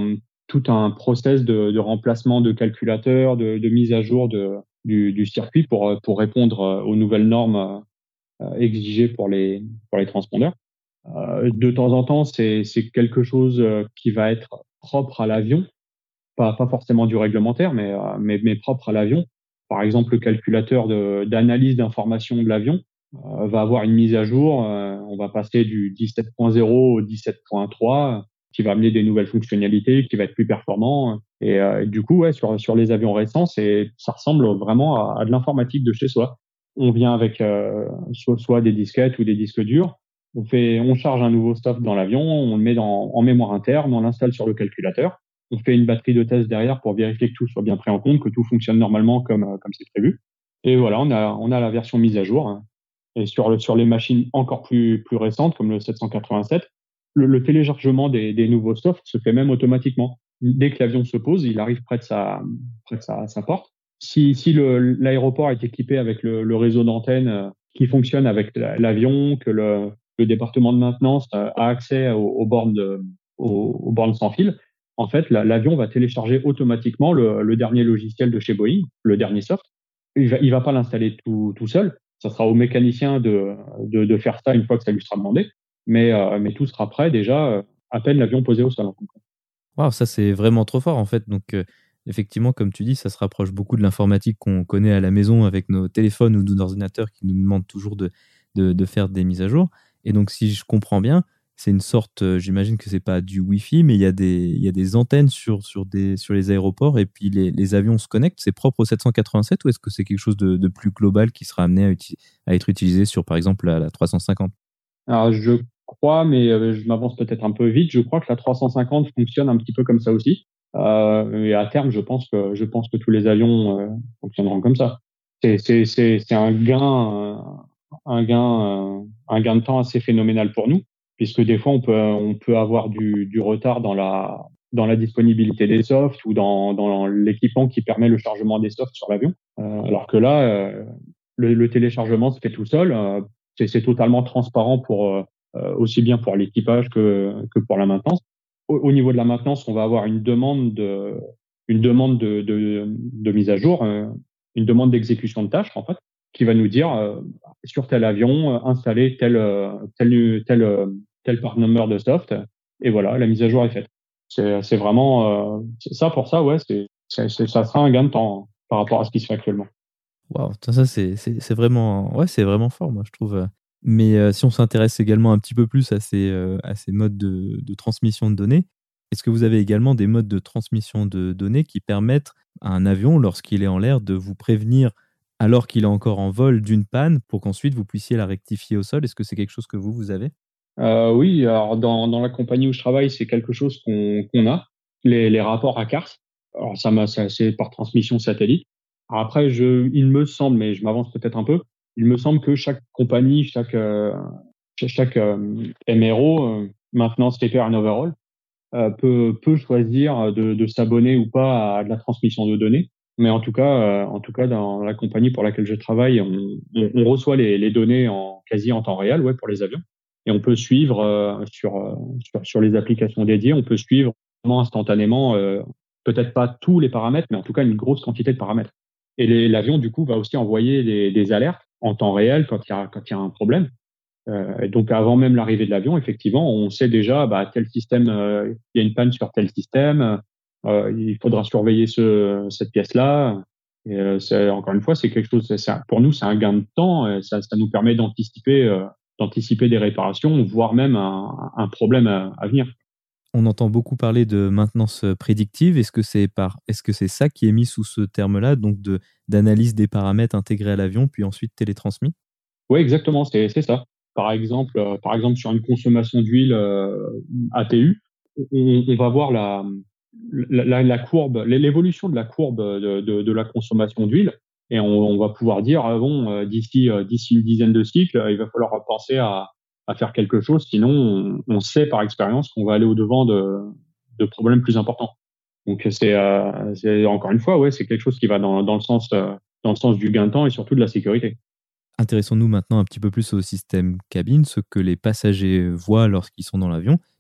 tout un process de, de remplacement de calculateurs, de, de mise à jour de, du, du circuit pour, pour répondre aux nouvelles normes euh, exigées pour les, pour les transpondeurs. Euh, de temps en temps, c'est, c'est quelque chose euh, qui va être propre à l'avion, pas, pas forcément du réglementaire, mais, euh, mais, mais propre à l'avion. Par exemple, le calculateur de, d'analyse d'informations de l'avion euh, va avoir une mise à jour. Euh, on va passer du dix-sept point zéro au dix-sept point trois, qui va amener des nouvelles fonctionnalités, qui va être plus performant. Et, euh, et du coup, ouais, sur, sur les avions récents, c'est, ça ressemble vraiment à, à de l'informatique de chez soi. On vient avec euh, soit, soit des disquettes ou des disques durs. On fait, on charge un nouveau soft dans l'avion, on le met dans, en mémoire interne, on l'installe sur le calculateur. On fait une batterie de tests derrière pour vérifier que tout soit bien pris en compte, que tout fonctionne normalement comme euh, comme c'est prévu. Et voilà, on a on a la version mise à jour. Hein. Et sur le sur les machines encore plus plus récentes comme le sept cent quatre-vingt-sept, le, le téléchargement des, des nouveaux softs se fait même automatiquement. Dès que l'avion se pose, il arrive près de sa près de sa, sa porte. Si si le, l'aéroport est équipé avec le, le réseau d'antennes euh, qui fonctionne avec la, l'avion, que le le département de maintenance a accès aux, aux bornes de, aux, aux bornes sans fil, en fait, la, l'avion va télécharger automatiquement le, le dernier logiciel de chez Boeing, le dernier soft. Il va, il va pas l'installer tout, tout seul. Ça sera au mécanicien de, de, de faire ça une fois que ça lui sera demandé. Mais, euh, mais tout sera prêt déjà euh, à peine l'avion posé au sol. Waouh, ça c'est vraiment trop fort en fait. Donc euh, effectivement, comme tu dis, ça se rapproche beaucoup de l'informatique qu'on connaît à la maison avec nos téléphones ou nos ordinateurs qui nous demandent toujours de, de, de faire des mises à jour. Et donc si je comprends bien, c'est une sorte, euh, j'imagine que c'est pas du Wi-Fi, mais il y a des, il y a des antennes sur, sur, des, sur les aéroports et puis les, les avions se connectent. C'est propre au sept cent quatre-vingt-sept ou est-ce que c'est quelque chose de, de plus global qui sera amené à, uti- à être utilisé sur par exemple la, la trois cent cinquante? Alors, je crois, mais euh, je m'avance peut-être un peu vite, je crois que la trois cent cinquante fonctionne un petit peu comme ça aussi. Euh, et à terme, je pense que, je pense que tous les avions euh, fonctionneront comme ça. C'est, c'est, c'est, c'est un gain, euh, un gain, euh, un gain de temps assez phénoménal pour nous, puisque des fois, on peut, on peut avoir du, du retard dans la, dans la disponibilité des softs ou dans, dans l'équipement qui permet le chargement des softs sur l'avion. Euh, alors que là, euh, le, le téléchargement se fait tout seul. Euh, c'est, c'est totalement transparent pour euh, aussi bien pour l'équipage que, que pour la maintenance. Au, au niveau de la maintenance, on va avoir une demande de, une demande de, de, de mise à jour, euh, une demande d'exécution de tâches en fait, qui va nous dire euh, sur tel avion euh, installer tel euh, tel tel euh, tel part number de soft et voilà, la mise à jour est faite. C'est, c'est vraiment euh, c'est ça pour ça, ouais, c'est, c'est, c'est ça sera un gain de temps hein, par rapport à ce qui se fait actuellement. Waouh, ça c'est c'est c'est vraiment ouais, c'est vraiment fort moi je trouve, heu. Mais, heu, si on s'intéresse également un petit peu plus à ces, heu, à ces modes de de transmission de données, est-ce que vous avez également des modes de transmission de données qui permettent à un avion, lorsqu'il est en l'air, de vous prévenir alors qu'il est encore en vol d'une panne pour qu'ensuite vous puissiez la rectifier au sol? Est-ce que c'est quelque chose que vous, vous avez? Euh, oui, alors dans, dans la compagnie où je travaille, c'est quelque chose qu'on qu'on a, les, les rapports A C A R S. Alors ça, m'a- ça c'est par transmission satellite. Alors après, je, il me semble, mais je m'avance peut-être un peu, il me semble que chaque compagnie, chaque, euh, chaque, chaque, euh, M R O, euh, maintenance repair and overhaul, euh, peut, peut choisir de, de s'abonner ou pas à de la transmission de données. Mais en tout cas, euh, en tout cas, dans la compagnie pour laquelle je travaille, on, on, on reçoit les, les données en quasi en temps réel, ouais, pour les avions, et on peut suivre euh, sur, euh, sur sur les applications dédiées, on peut suivre vraiment instantanément, euh, peut-être pas tous les paramètres, mais en tout cas une grosse quantité de paramètres. Et les, l'avion du coup va aussi envoyer des, des alertes en temps réel quand il y a quand il y a un problème. Euh, donc avant même l'arrivée de l'avion, effectivement, on sait déjà bah, tel système, euh, il y a une panne sur tel système, euh, il faudra surveiller ce, cette pièce-là. Et, euh, c'est, encore une fois, c'est quelque chose. C'est un- pour nous, c'est un gain de temps. Et ça, ça nous permet d'anticiper, euh, d'anticiper des réparations, voire même un, un problème à, à venir. On entend beaucoup parler de maintenance, heu, prédictive. Est-ce que c'est par est-ce que c'est ça qui est mis sous ce terme-là, donc de d'analyse des paramètres intégrés à l'avion, puis ensuite télétransmis? Oui, exactement, c'est c'est ça. Par exemple, euh, par exemple sur une consommation d'huile euh, A P U, on, on va voir la, la, la, la courbe, l'évolution de la courbe de, de, de la consommation d'huile, et on, on va pouvoir dire ah bon, euh, d'ici euh, d'ici une dizaine de cycles, il va falloir penser à, à faire quelque chose, sinon on, on sait par expérience qu'on va aller au devant de, de problèmes plus importants. Donc c'est euh, c'est encore une fois, ouais, c'est quelque chose qui va dans, dans le sens euh, dans le sens du gain de temps et surtout de la sécurité. Intéressons-nous maintenant un petit peu plus au système cabine, ce que les passagers voient lorsqu'ils sont dans l'avion.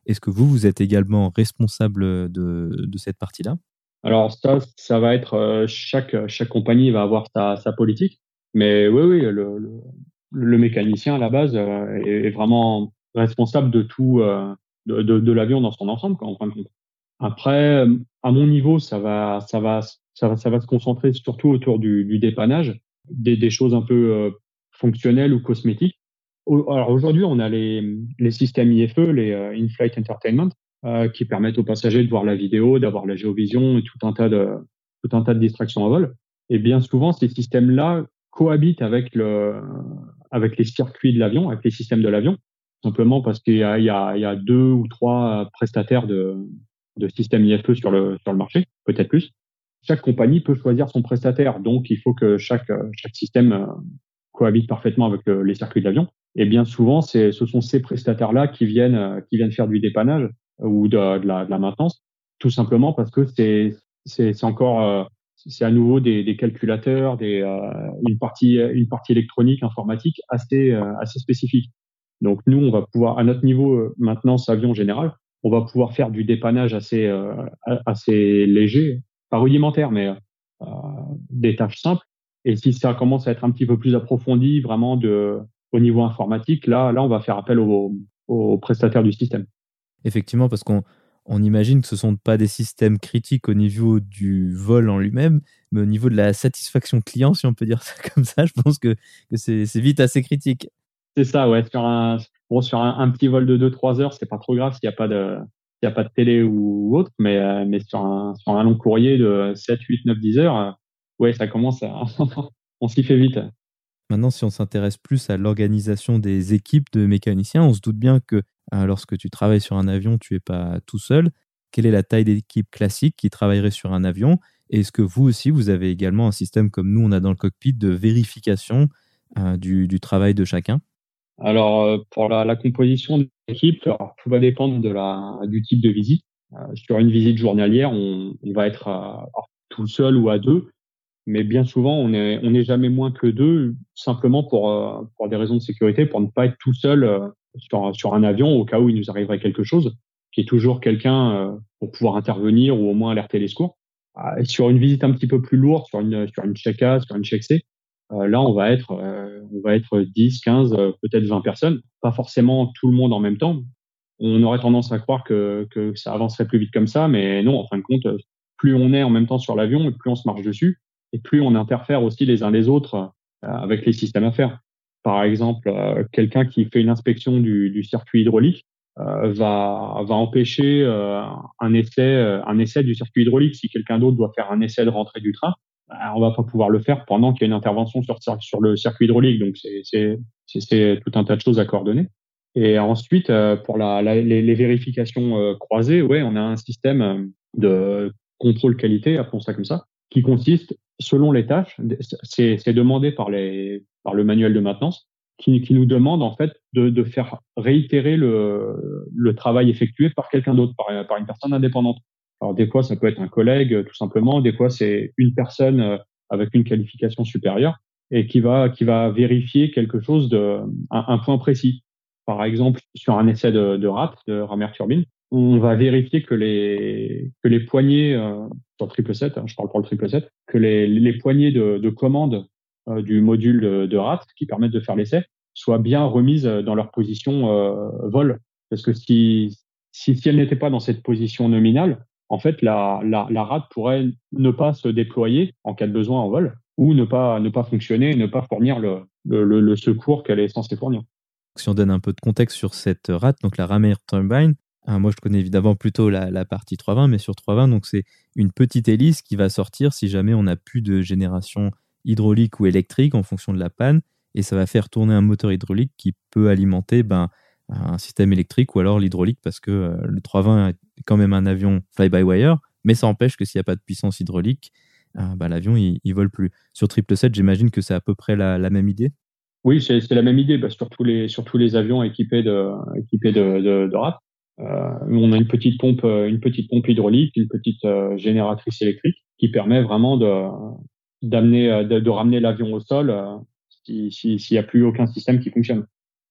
Est-ce que vous, vous êtes également responsable de, de cette partie-là? Alors ça, ça va être euh, chaque chaque compagnie va avoir sa, sa politique, mais oui, oui, le, le, le mécanicien à la base euh, est, est vraiment responsable de tout euh, de, de, de l'avion dans son ensemble, quoi, en fin de compte. Après, euh, à mon niveau, ça va ça va ça va ça va se concentrer surtout autour du, du dépannage, des, des choses un peu euh, fonctionnelles ou cosmétiques. Au- Alors aujourd'hui, on a les les systèmes I F E, les euh, In-Flight Entertainment euh, qui permettent aux passagers de voir la vidéo, d'avoir la géovision et tout un tas de tout un tas de distractions en vol. Et bien souvent, ces systèmes-là cohabitent avec le avec les circuits de l'avion, avec les systèmes de l'avion, simplement parce qu'il y a il y a il y a deux ou trois prestataires de de systèmes I F E sur le sur le marché, peut-être plus. Chaque compagnie peut choisir son prestataire, donc il faut que chaque chaque système euh, cohabite parfaitement avec le, les circuits de l'avion. Et bien souvent, c'est, ce sont ces prestataires-là qui viennent, euh, qui viennent faire du dépannage ou de, de, la, de la maintenance, tout simplement parce que c'est, c'est, c'est encore, euh, c'est à nouveau des, des calculateurs, des, euh, une partie, une partie électronique, informatique assez, euh, assez spécifique. Donc nous, on va pouvoir, à notre niveau euh, maintenance avion général, on va pouvoir faire du dépannage assez, euh, assez léger, pas rudimentaire, mais euh, des tâches simples. Et si ça commence à être un petit peu plus approfondi, vraiment de, au niveau informatique, là, là, on va faire appel aux, aux prestataires du système. Effectivement, parce qu'on on imagine que ce ne sont pas des systèmes critiques au niveau du vol en lui-même, mais au niveau de la satisfaction client, si on peut dire ça comme ça, je pense que, que c'est, c'est vite assez critique. C'est ça, ouais. Sur un, bon, sur un, un petit vol de deux trois heures, c'est pas trop grave s'il n'y a pas de, s'il y a pas de télé ou autre, mais, euh, mais sur un, sur un long courrier de sept huit neuf dix heures, euh, ouais, ça commence à, on s'y fait vite. Maintenant, si on s'intéresse plus à l'organisation des équipes de mécaniciens, on se doute bien que euh, lorsque tu travailles sur un avion, tu n'es pas tout seul. Quelle est la taille d'équipe classique qui travaillerait sur un avion? Et est-ce que vous aussi, vous avez également un système comme nous, on a dans le cockpit, de vérification euh, du, du travail de chacun? Alors, euh, pour la, la composition de l'équipe, alors, tout va dépendre de la, du type de visite. Euh, sur une visite journalière, on, on va être à- alors, tout seul ou à deux, mais bien souvent, on est, on n'est jamais moins que deux, simplement pour, euh, pour des raisons de sécurité, pour ne pas être tout seul euh, sur, sur un avion au cas où il nous arriverait quelque chose, qu'il y ait toujours quelqu'un euh, pour pouvoir intervenir ou au moins alerter les secours. Euh, sur une visite un petit peu plus lourde, sur une, sur une check-A, sur une check-C, euh, là, on va être, euh, on va être dix, quinze, euh, peut-être vingt personnes. Pas forcément tout le monde en même temps. On aurait tendance à croire que, que ça avancerait plus vite comme ça, mais non, en fin de compte, euh, plus on est en même temps sur l'avion, et plus on se marche dessus, et plus on interfère aussi les uns les autres euh, avec les systèmes à faire. Par exemple, euh, quelqu'un qui fait une inspection du, du circuit hydraulique euh, va, va empêcher euh, un essai, euh, un essai du circuit hydraulique. Si quelqu'un d'autre doit faire un essai de rentrée du train, bah, on va pas pouvoir le faire pendant qu'il y a une intervention sur, sur le circuit hydraulique. Donc c'est, c'est, c'est, c'est tout un tas de choses à coordonner. Et ensuite, euh, pour la, la, les, les vérifications euh, croisées, ouais, on a un système euh, de contrôle qualité, appelons ça comme ça, qui consiste, selon les tâches, c'est, c'est demandé par, les, par le manuel de maintenance, qui, qui nous demande en fait de, de faire réitérer le, le travail effectué par quelqu'un d'autre, par, par une personne indépendante. Alors des fois, ça peut être un collègue, tout simplement. Des fois, c'est une personne euh, avec une qualification supérieure et qui va qui va vérifier quelque chose de un, un point précis. Par exemple, sur un essai de, de R A T, de rameur turbine, on va vérifier que les que les poignées euh, sur triple sept, hein, je parle pour le triple sept, que les les poignées de, de commande euh, du module de, de R A T qui permettent de faire l'essai soient bien remises dans leur position euh, vol. Parce que si si, si elles n'étaient pas dans cette position nominale, en fait, la, la, la R A T pourrait ne pas se déployer en cas de besoin en vol ou ne pas, ne pas fonctionner et ne pas fournir le, le, le, le secours qu'elle est censée fournir. Si on donne un peu de contexte sur cette R A T, donc la Rameur Turbine, hein, moi je connais évidemment plutôt la, la partie trois vingt, mais sur trois vingt, donc c'est une petite hélice qui va sortir si jamais on n'a plus de génération hydraulique ou électrique en fonction de la panne, et ça va faire tourner un moteur hydraulique qui peut alimenter ben, un système électrique ou alors l'hydraulique, parce que euh, le trois vingt est quand même un avion fly-by-wire, mais ça empêche que s'il n'y a pas de puissance hydraulique, euh, ben, l'avion il, il vole plus. Sur triple sept, j'imagine que c'est à peu près la, la même idée. Oui, c'est, c'est la même idée, bah, sur tous les, sur tous les avions équipés de, équipés de, de, de R A T. Euh, on a une petite pompe, une petite pompe hydraulique, une petite euh, génératrice électrique qui permet vraiment de, d'amener, de, de ramener l'avion au sol euh, si, si, s'il n'y a plus aucun système qui fonctionne.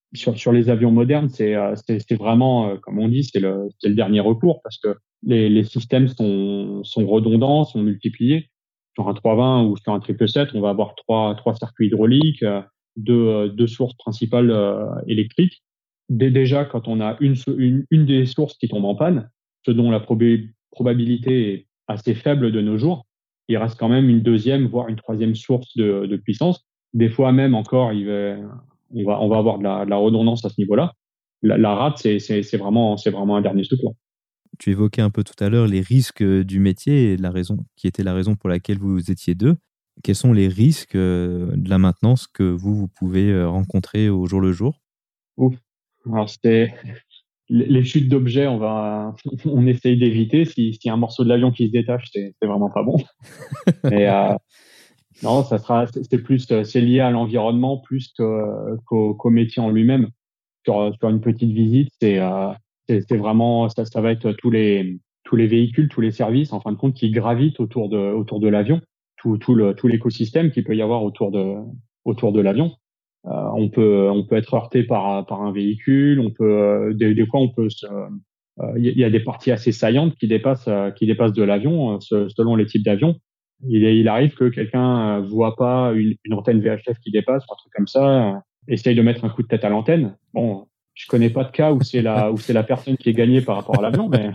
sur, sur les avions modernes, c'est, euh, c'est, c'est vraiment, euh, comme on dit, c'est le, c'est le dernier recours parce que les, les systèmes sont, sont redondants, sont multipliés. Sur un trois cent vingt ou sur un triple sept, on va avoir trois, trois circuits hydrauliques, euh, deux, euh, deux sources principales euh, électriques. Dès, déjà, quand on a une, une, une des sources qui tombe en panne, ce dont la probé- probabilité est assez faible de nos jours, il reste quand même une deuxième, voire une troisième source de, de puissance. Des fois même encore, il va, on va, on va avoir de la, de la redondance à ce niveau-là. La, la rate, c'est, c'est, c'est vraiment, c'est vraiment un dernier secours. Tu évoquais un peu tout à l'heure les risques du métier et la raison, qui était la raison pour laquelle vous étiez deux. Quels sont les risques de la maintenance que vous, vous pouvez rencontrer au jour le jour? Ouf. Alors, c'est les chutes d'objets, on va, on essaye d'éviter. Si, si un morceau de l'avion qui se détache, c'est, c'est vraiment pas bon. Mais euh, non, ça sera, c'est plus, c'est lié à l'environnement plus qu'au, qu'au métier en lui-même. Sur, sur une petite visite, c'est, euh, c'est, c'est vraiment, ça, ça va être tous les, tous les véhicules, tous les services, en fin de compte, qui gravitent autour de, autour de l'avion, tout, tout le, tout l'écosystème qu'il peut y avoir autour de, autour de l'avion. Euh, on peut, on peut être heurté par, par un véhicule, on peut, des, des fois, on peut se, il euh, y, y a des parties assez saillantes qui dépassent, euh, qui dépassent de l'avion, euh, selon les types d'avions. Il, il arrive que quelqu'un euh, voit pas une, une antenne V H F qui dépasse, ou un truc comme ça, euh, essaye de mettre un coup de tête à l'antenne. Bon, je connais pas de cas où c'est la, où c'est la personne qui est gagnée par rapport à l'avion, mais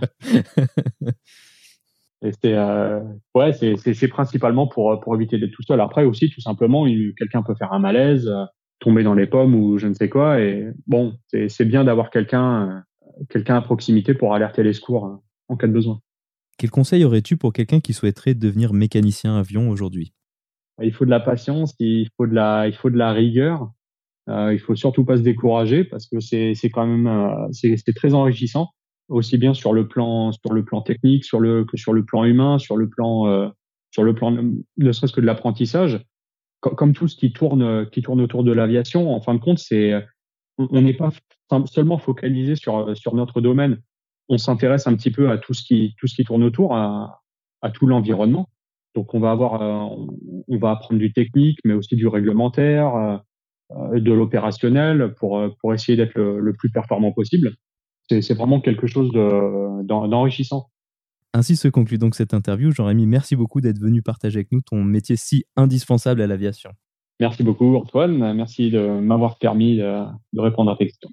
et c'est, euh, ouais, c'est, c'est, c'est principalement pour, pour éviter d'être tout seul. Après aussi, tout simplement, il, quelqu'un peut faire un malaise, euh, tomber dans les pommes ou je ne sais quoi. Et bon, c'est, c'est bien d'avoir quelqu'un, euh, quelqu'un à proximité pour alerter les secours euh, en cas de besoin. Quel conseil aurais-tu pour quelqu'un qui souhaiterait devenir mécanicien avion aujourd'hui? Il faut de la patience, il faut de la, il faut de la rigueur. Euh, il faut surtout pas se décourager parce que c'est, c'est quand même, euh, c'est, c'est très enrichissant, aussi bien sur le plan, sur le plan technique, sur le, que sur le plan humain, sur le plan, euh, sur le plan, ne serait-ce que de l'apprentissage. Com- Comme tout ce qui tourne, qui tourne autour de l'aviation, en fin de compte, c'est, on n'est pas seulement focalisé sur, sur notre domaine. On s'intéresse un petit peu à tout ce qui, tout ce qui tourne autour, à, à tout l'environnement. Donc, on va avoir, euh, on va apprendre du technique, mais aussi du réglementaire, euh, de l'opérationnel pour, pour essayer d'être le, le plus performant possible. C'est, c'est vraiment quelque chose de, d'en, d'enrichissant. Ainsi se conclut donc cette interview. Jean-Rémy, merci beaucoup d'être venu partager avec nous ton métier si indispensable à l'aviation. Merci beaucoup, Antoine. Merci de m'avoir permis de, de répondre à tes questions.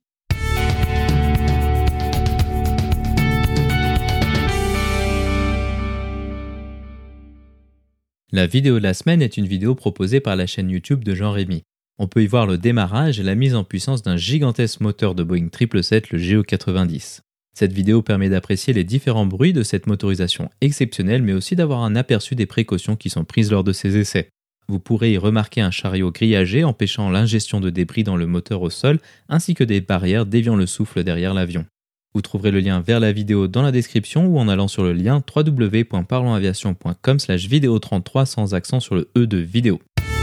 La vidéo de la semaine est une vidéo proposée par la chaîne YouTube de Jean-Rémy. On peut y voir le démarrage et la mise en puissance d'un gigantesque moteur de Boeing sept cent soixante-dix, le G O quatre-vingt-dix. Cette vidéo permet d'apprécier les différents bruits de cette motorisation exceptionnelle, mais aussi d'avoir un aperçu des précautions qui sont prises lors de ces essais. Vous pourrez y remarquer un chariot grillagé empêchant l'ingestion de débris dans le moteur au sol, ainsi que des barrières déviant le souffle derrière l'avion. Vous trouverez le lien vers la vidéo dans la description ou en allant sur le lien w w w point parlons aviation point com slash vidéo trente-trois sans accent sur le E de vidéo.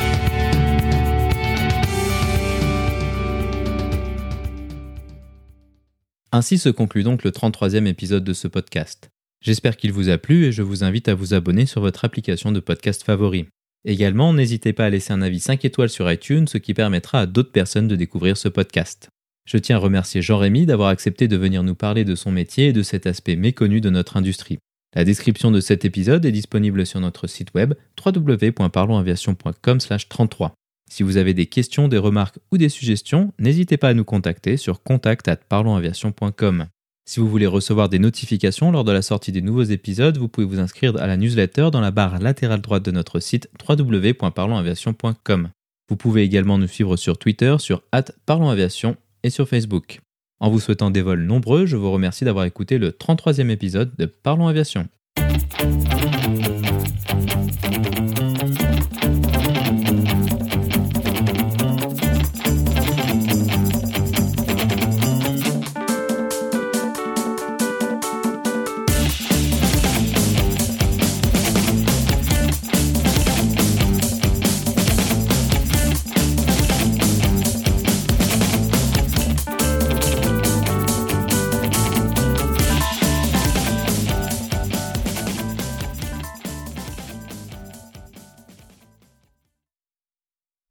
Ainsi se conclut donc le trente-troisième épisode de ce podcast. J'espère qu'il vous a plu et je vous invite à vous abonner sur votre application de podcast favori. Également, n'hésitez pas à laisser un avis cinq étoiles sur iTunes, ce qui permettra à d'autres personnes de découvrir ce podcast. Je tiens à remercier Jean-Rémy d'avoir accepté de venir nous parler de son métier et de cet aspect méconnu de notre industrie. La description de cet épisode est disponible sur notre site web w w w point parlons aviation point com slash trente-trois. Si vous avez des questions, des remarques ou des suggestions, n'hésitez pas à nous contacter sur contact arobase parlons aviation point com. Si vous voulez recevoir des notifications lors de la sortie des nouveaux épisodes, vous pouvez vous inscrire à la newsletter dans la barre latérale droite de notre site w w w point parlons aviation point com. Vous pouvez également nous suivre sur Twitter sur arobase parlons aviation et sur Facebook. En vous souhaitant des vols nombreux, je vous remercie d'avoir écouté le trente-troisième épisode de Parlons Aviation.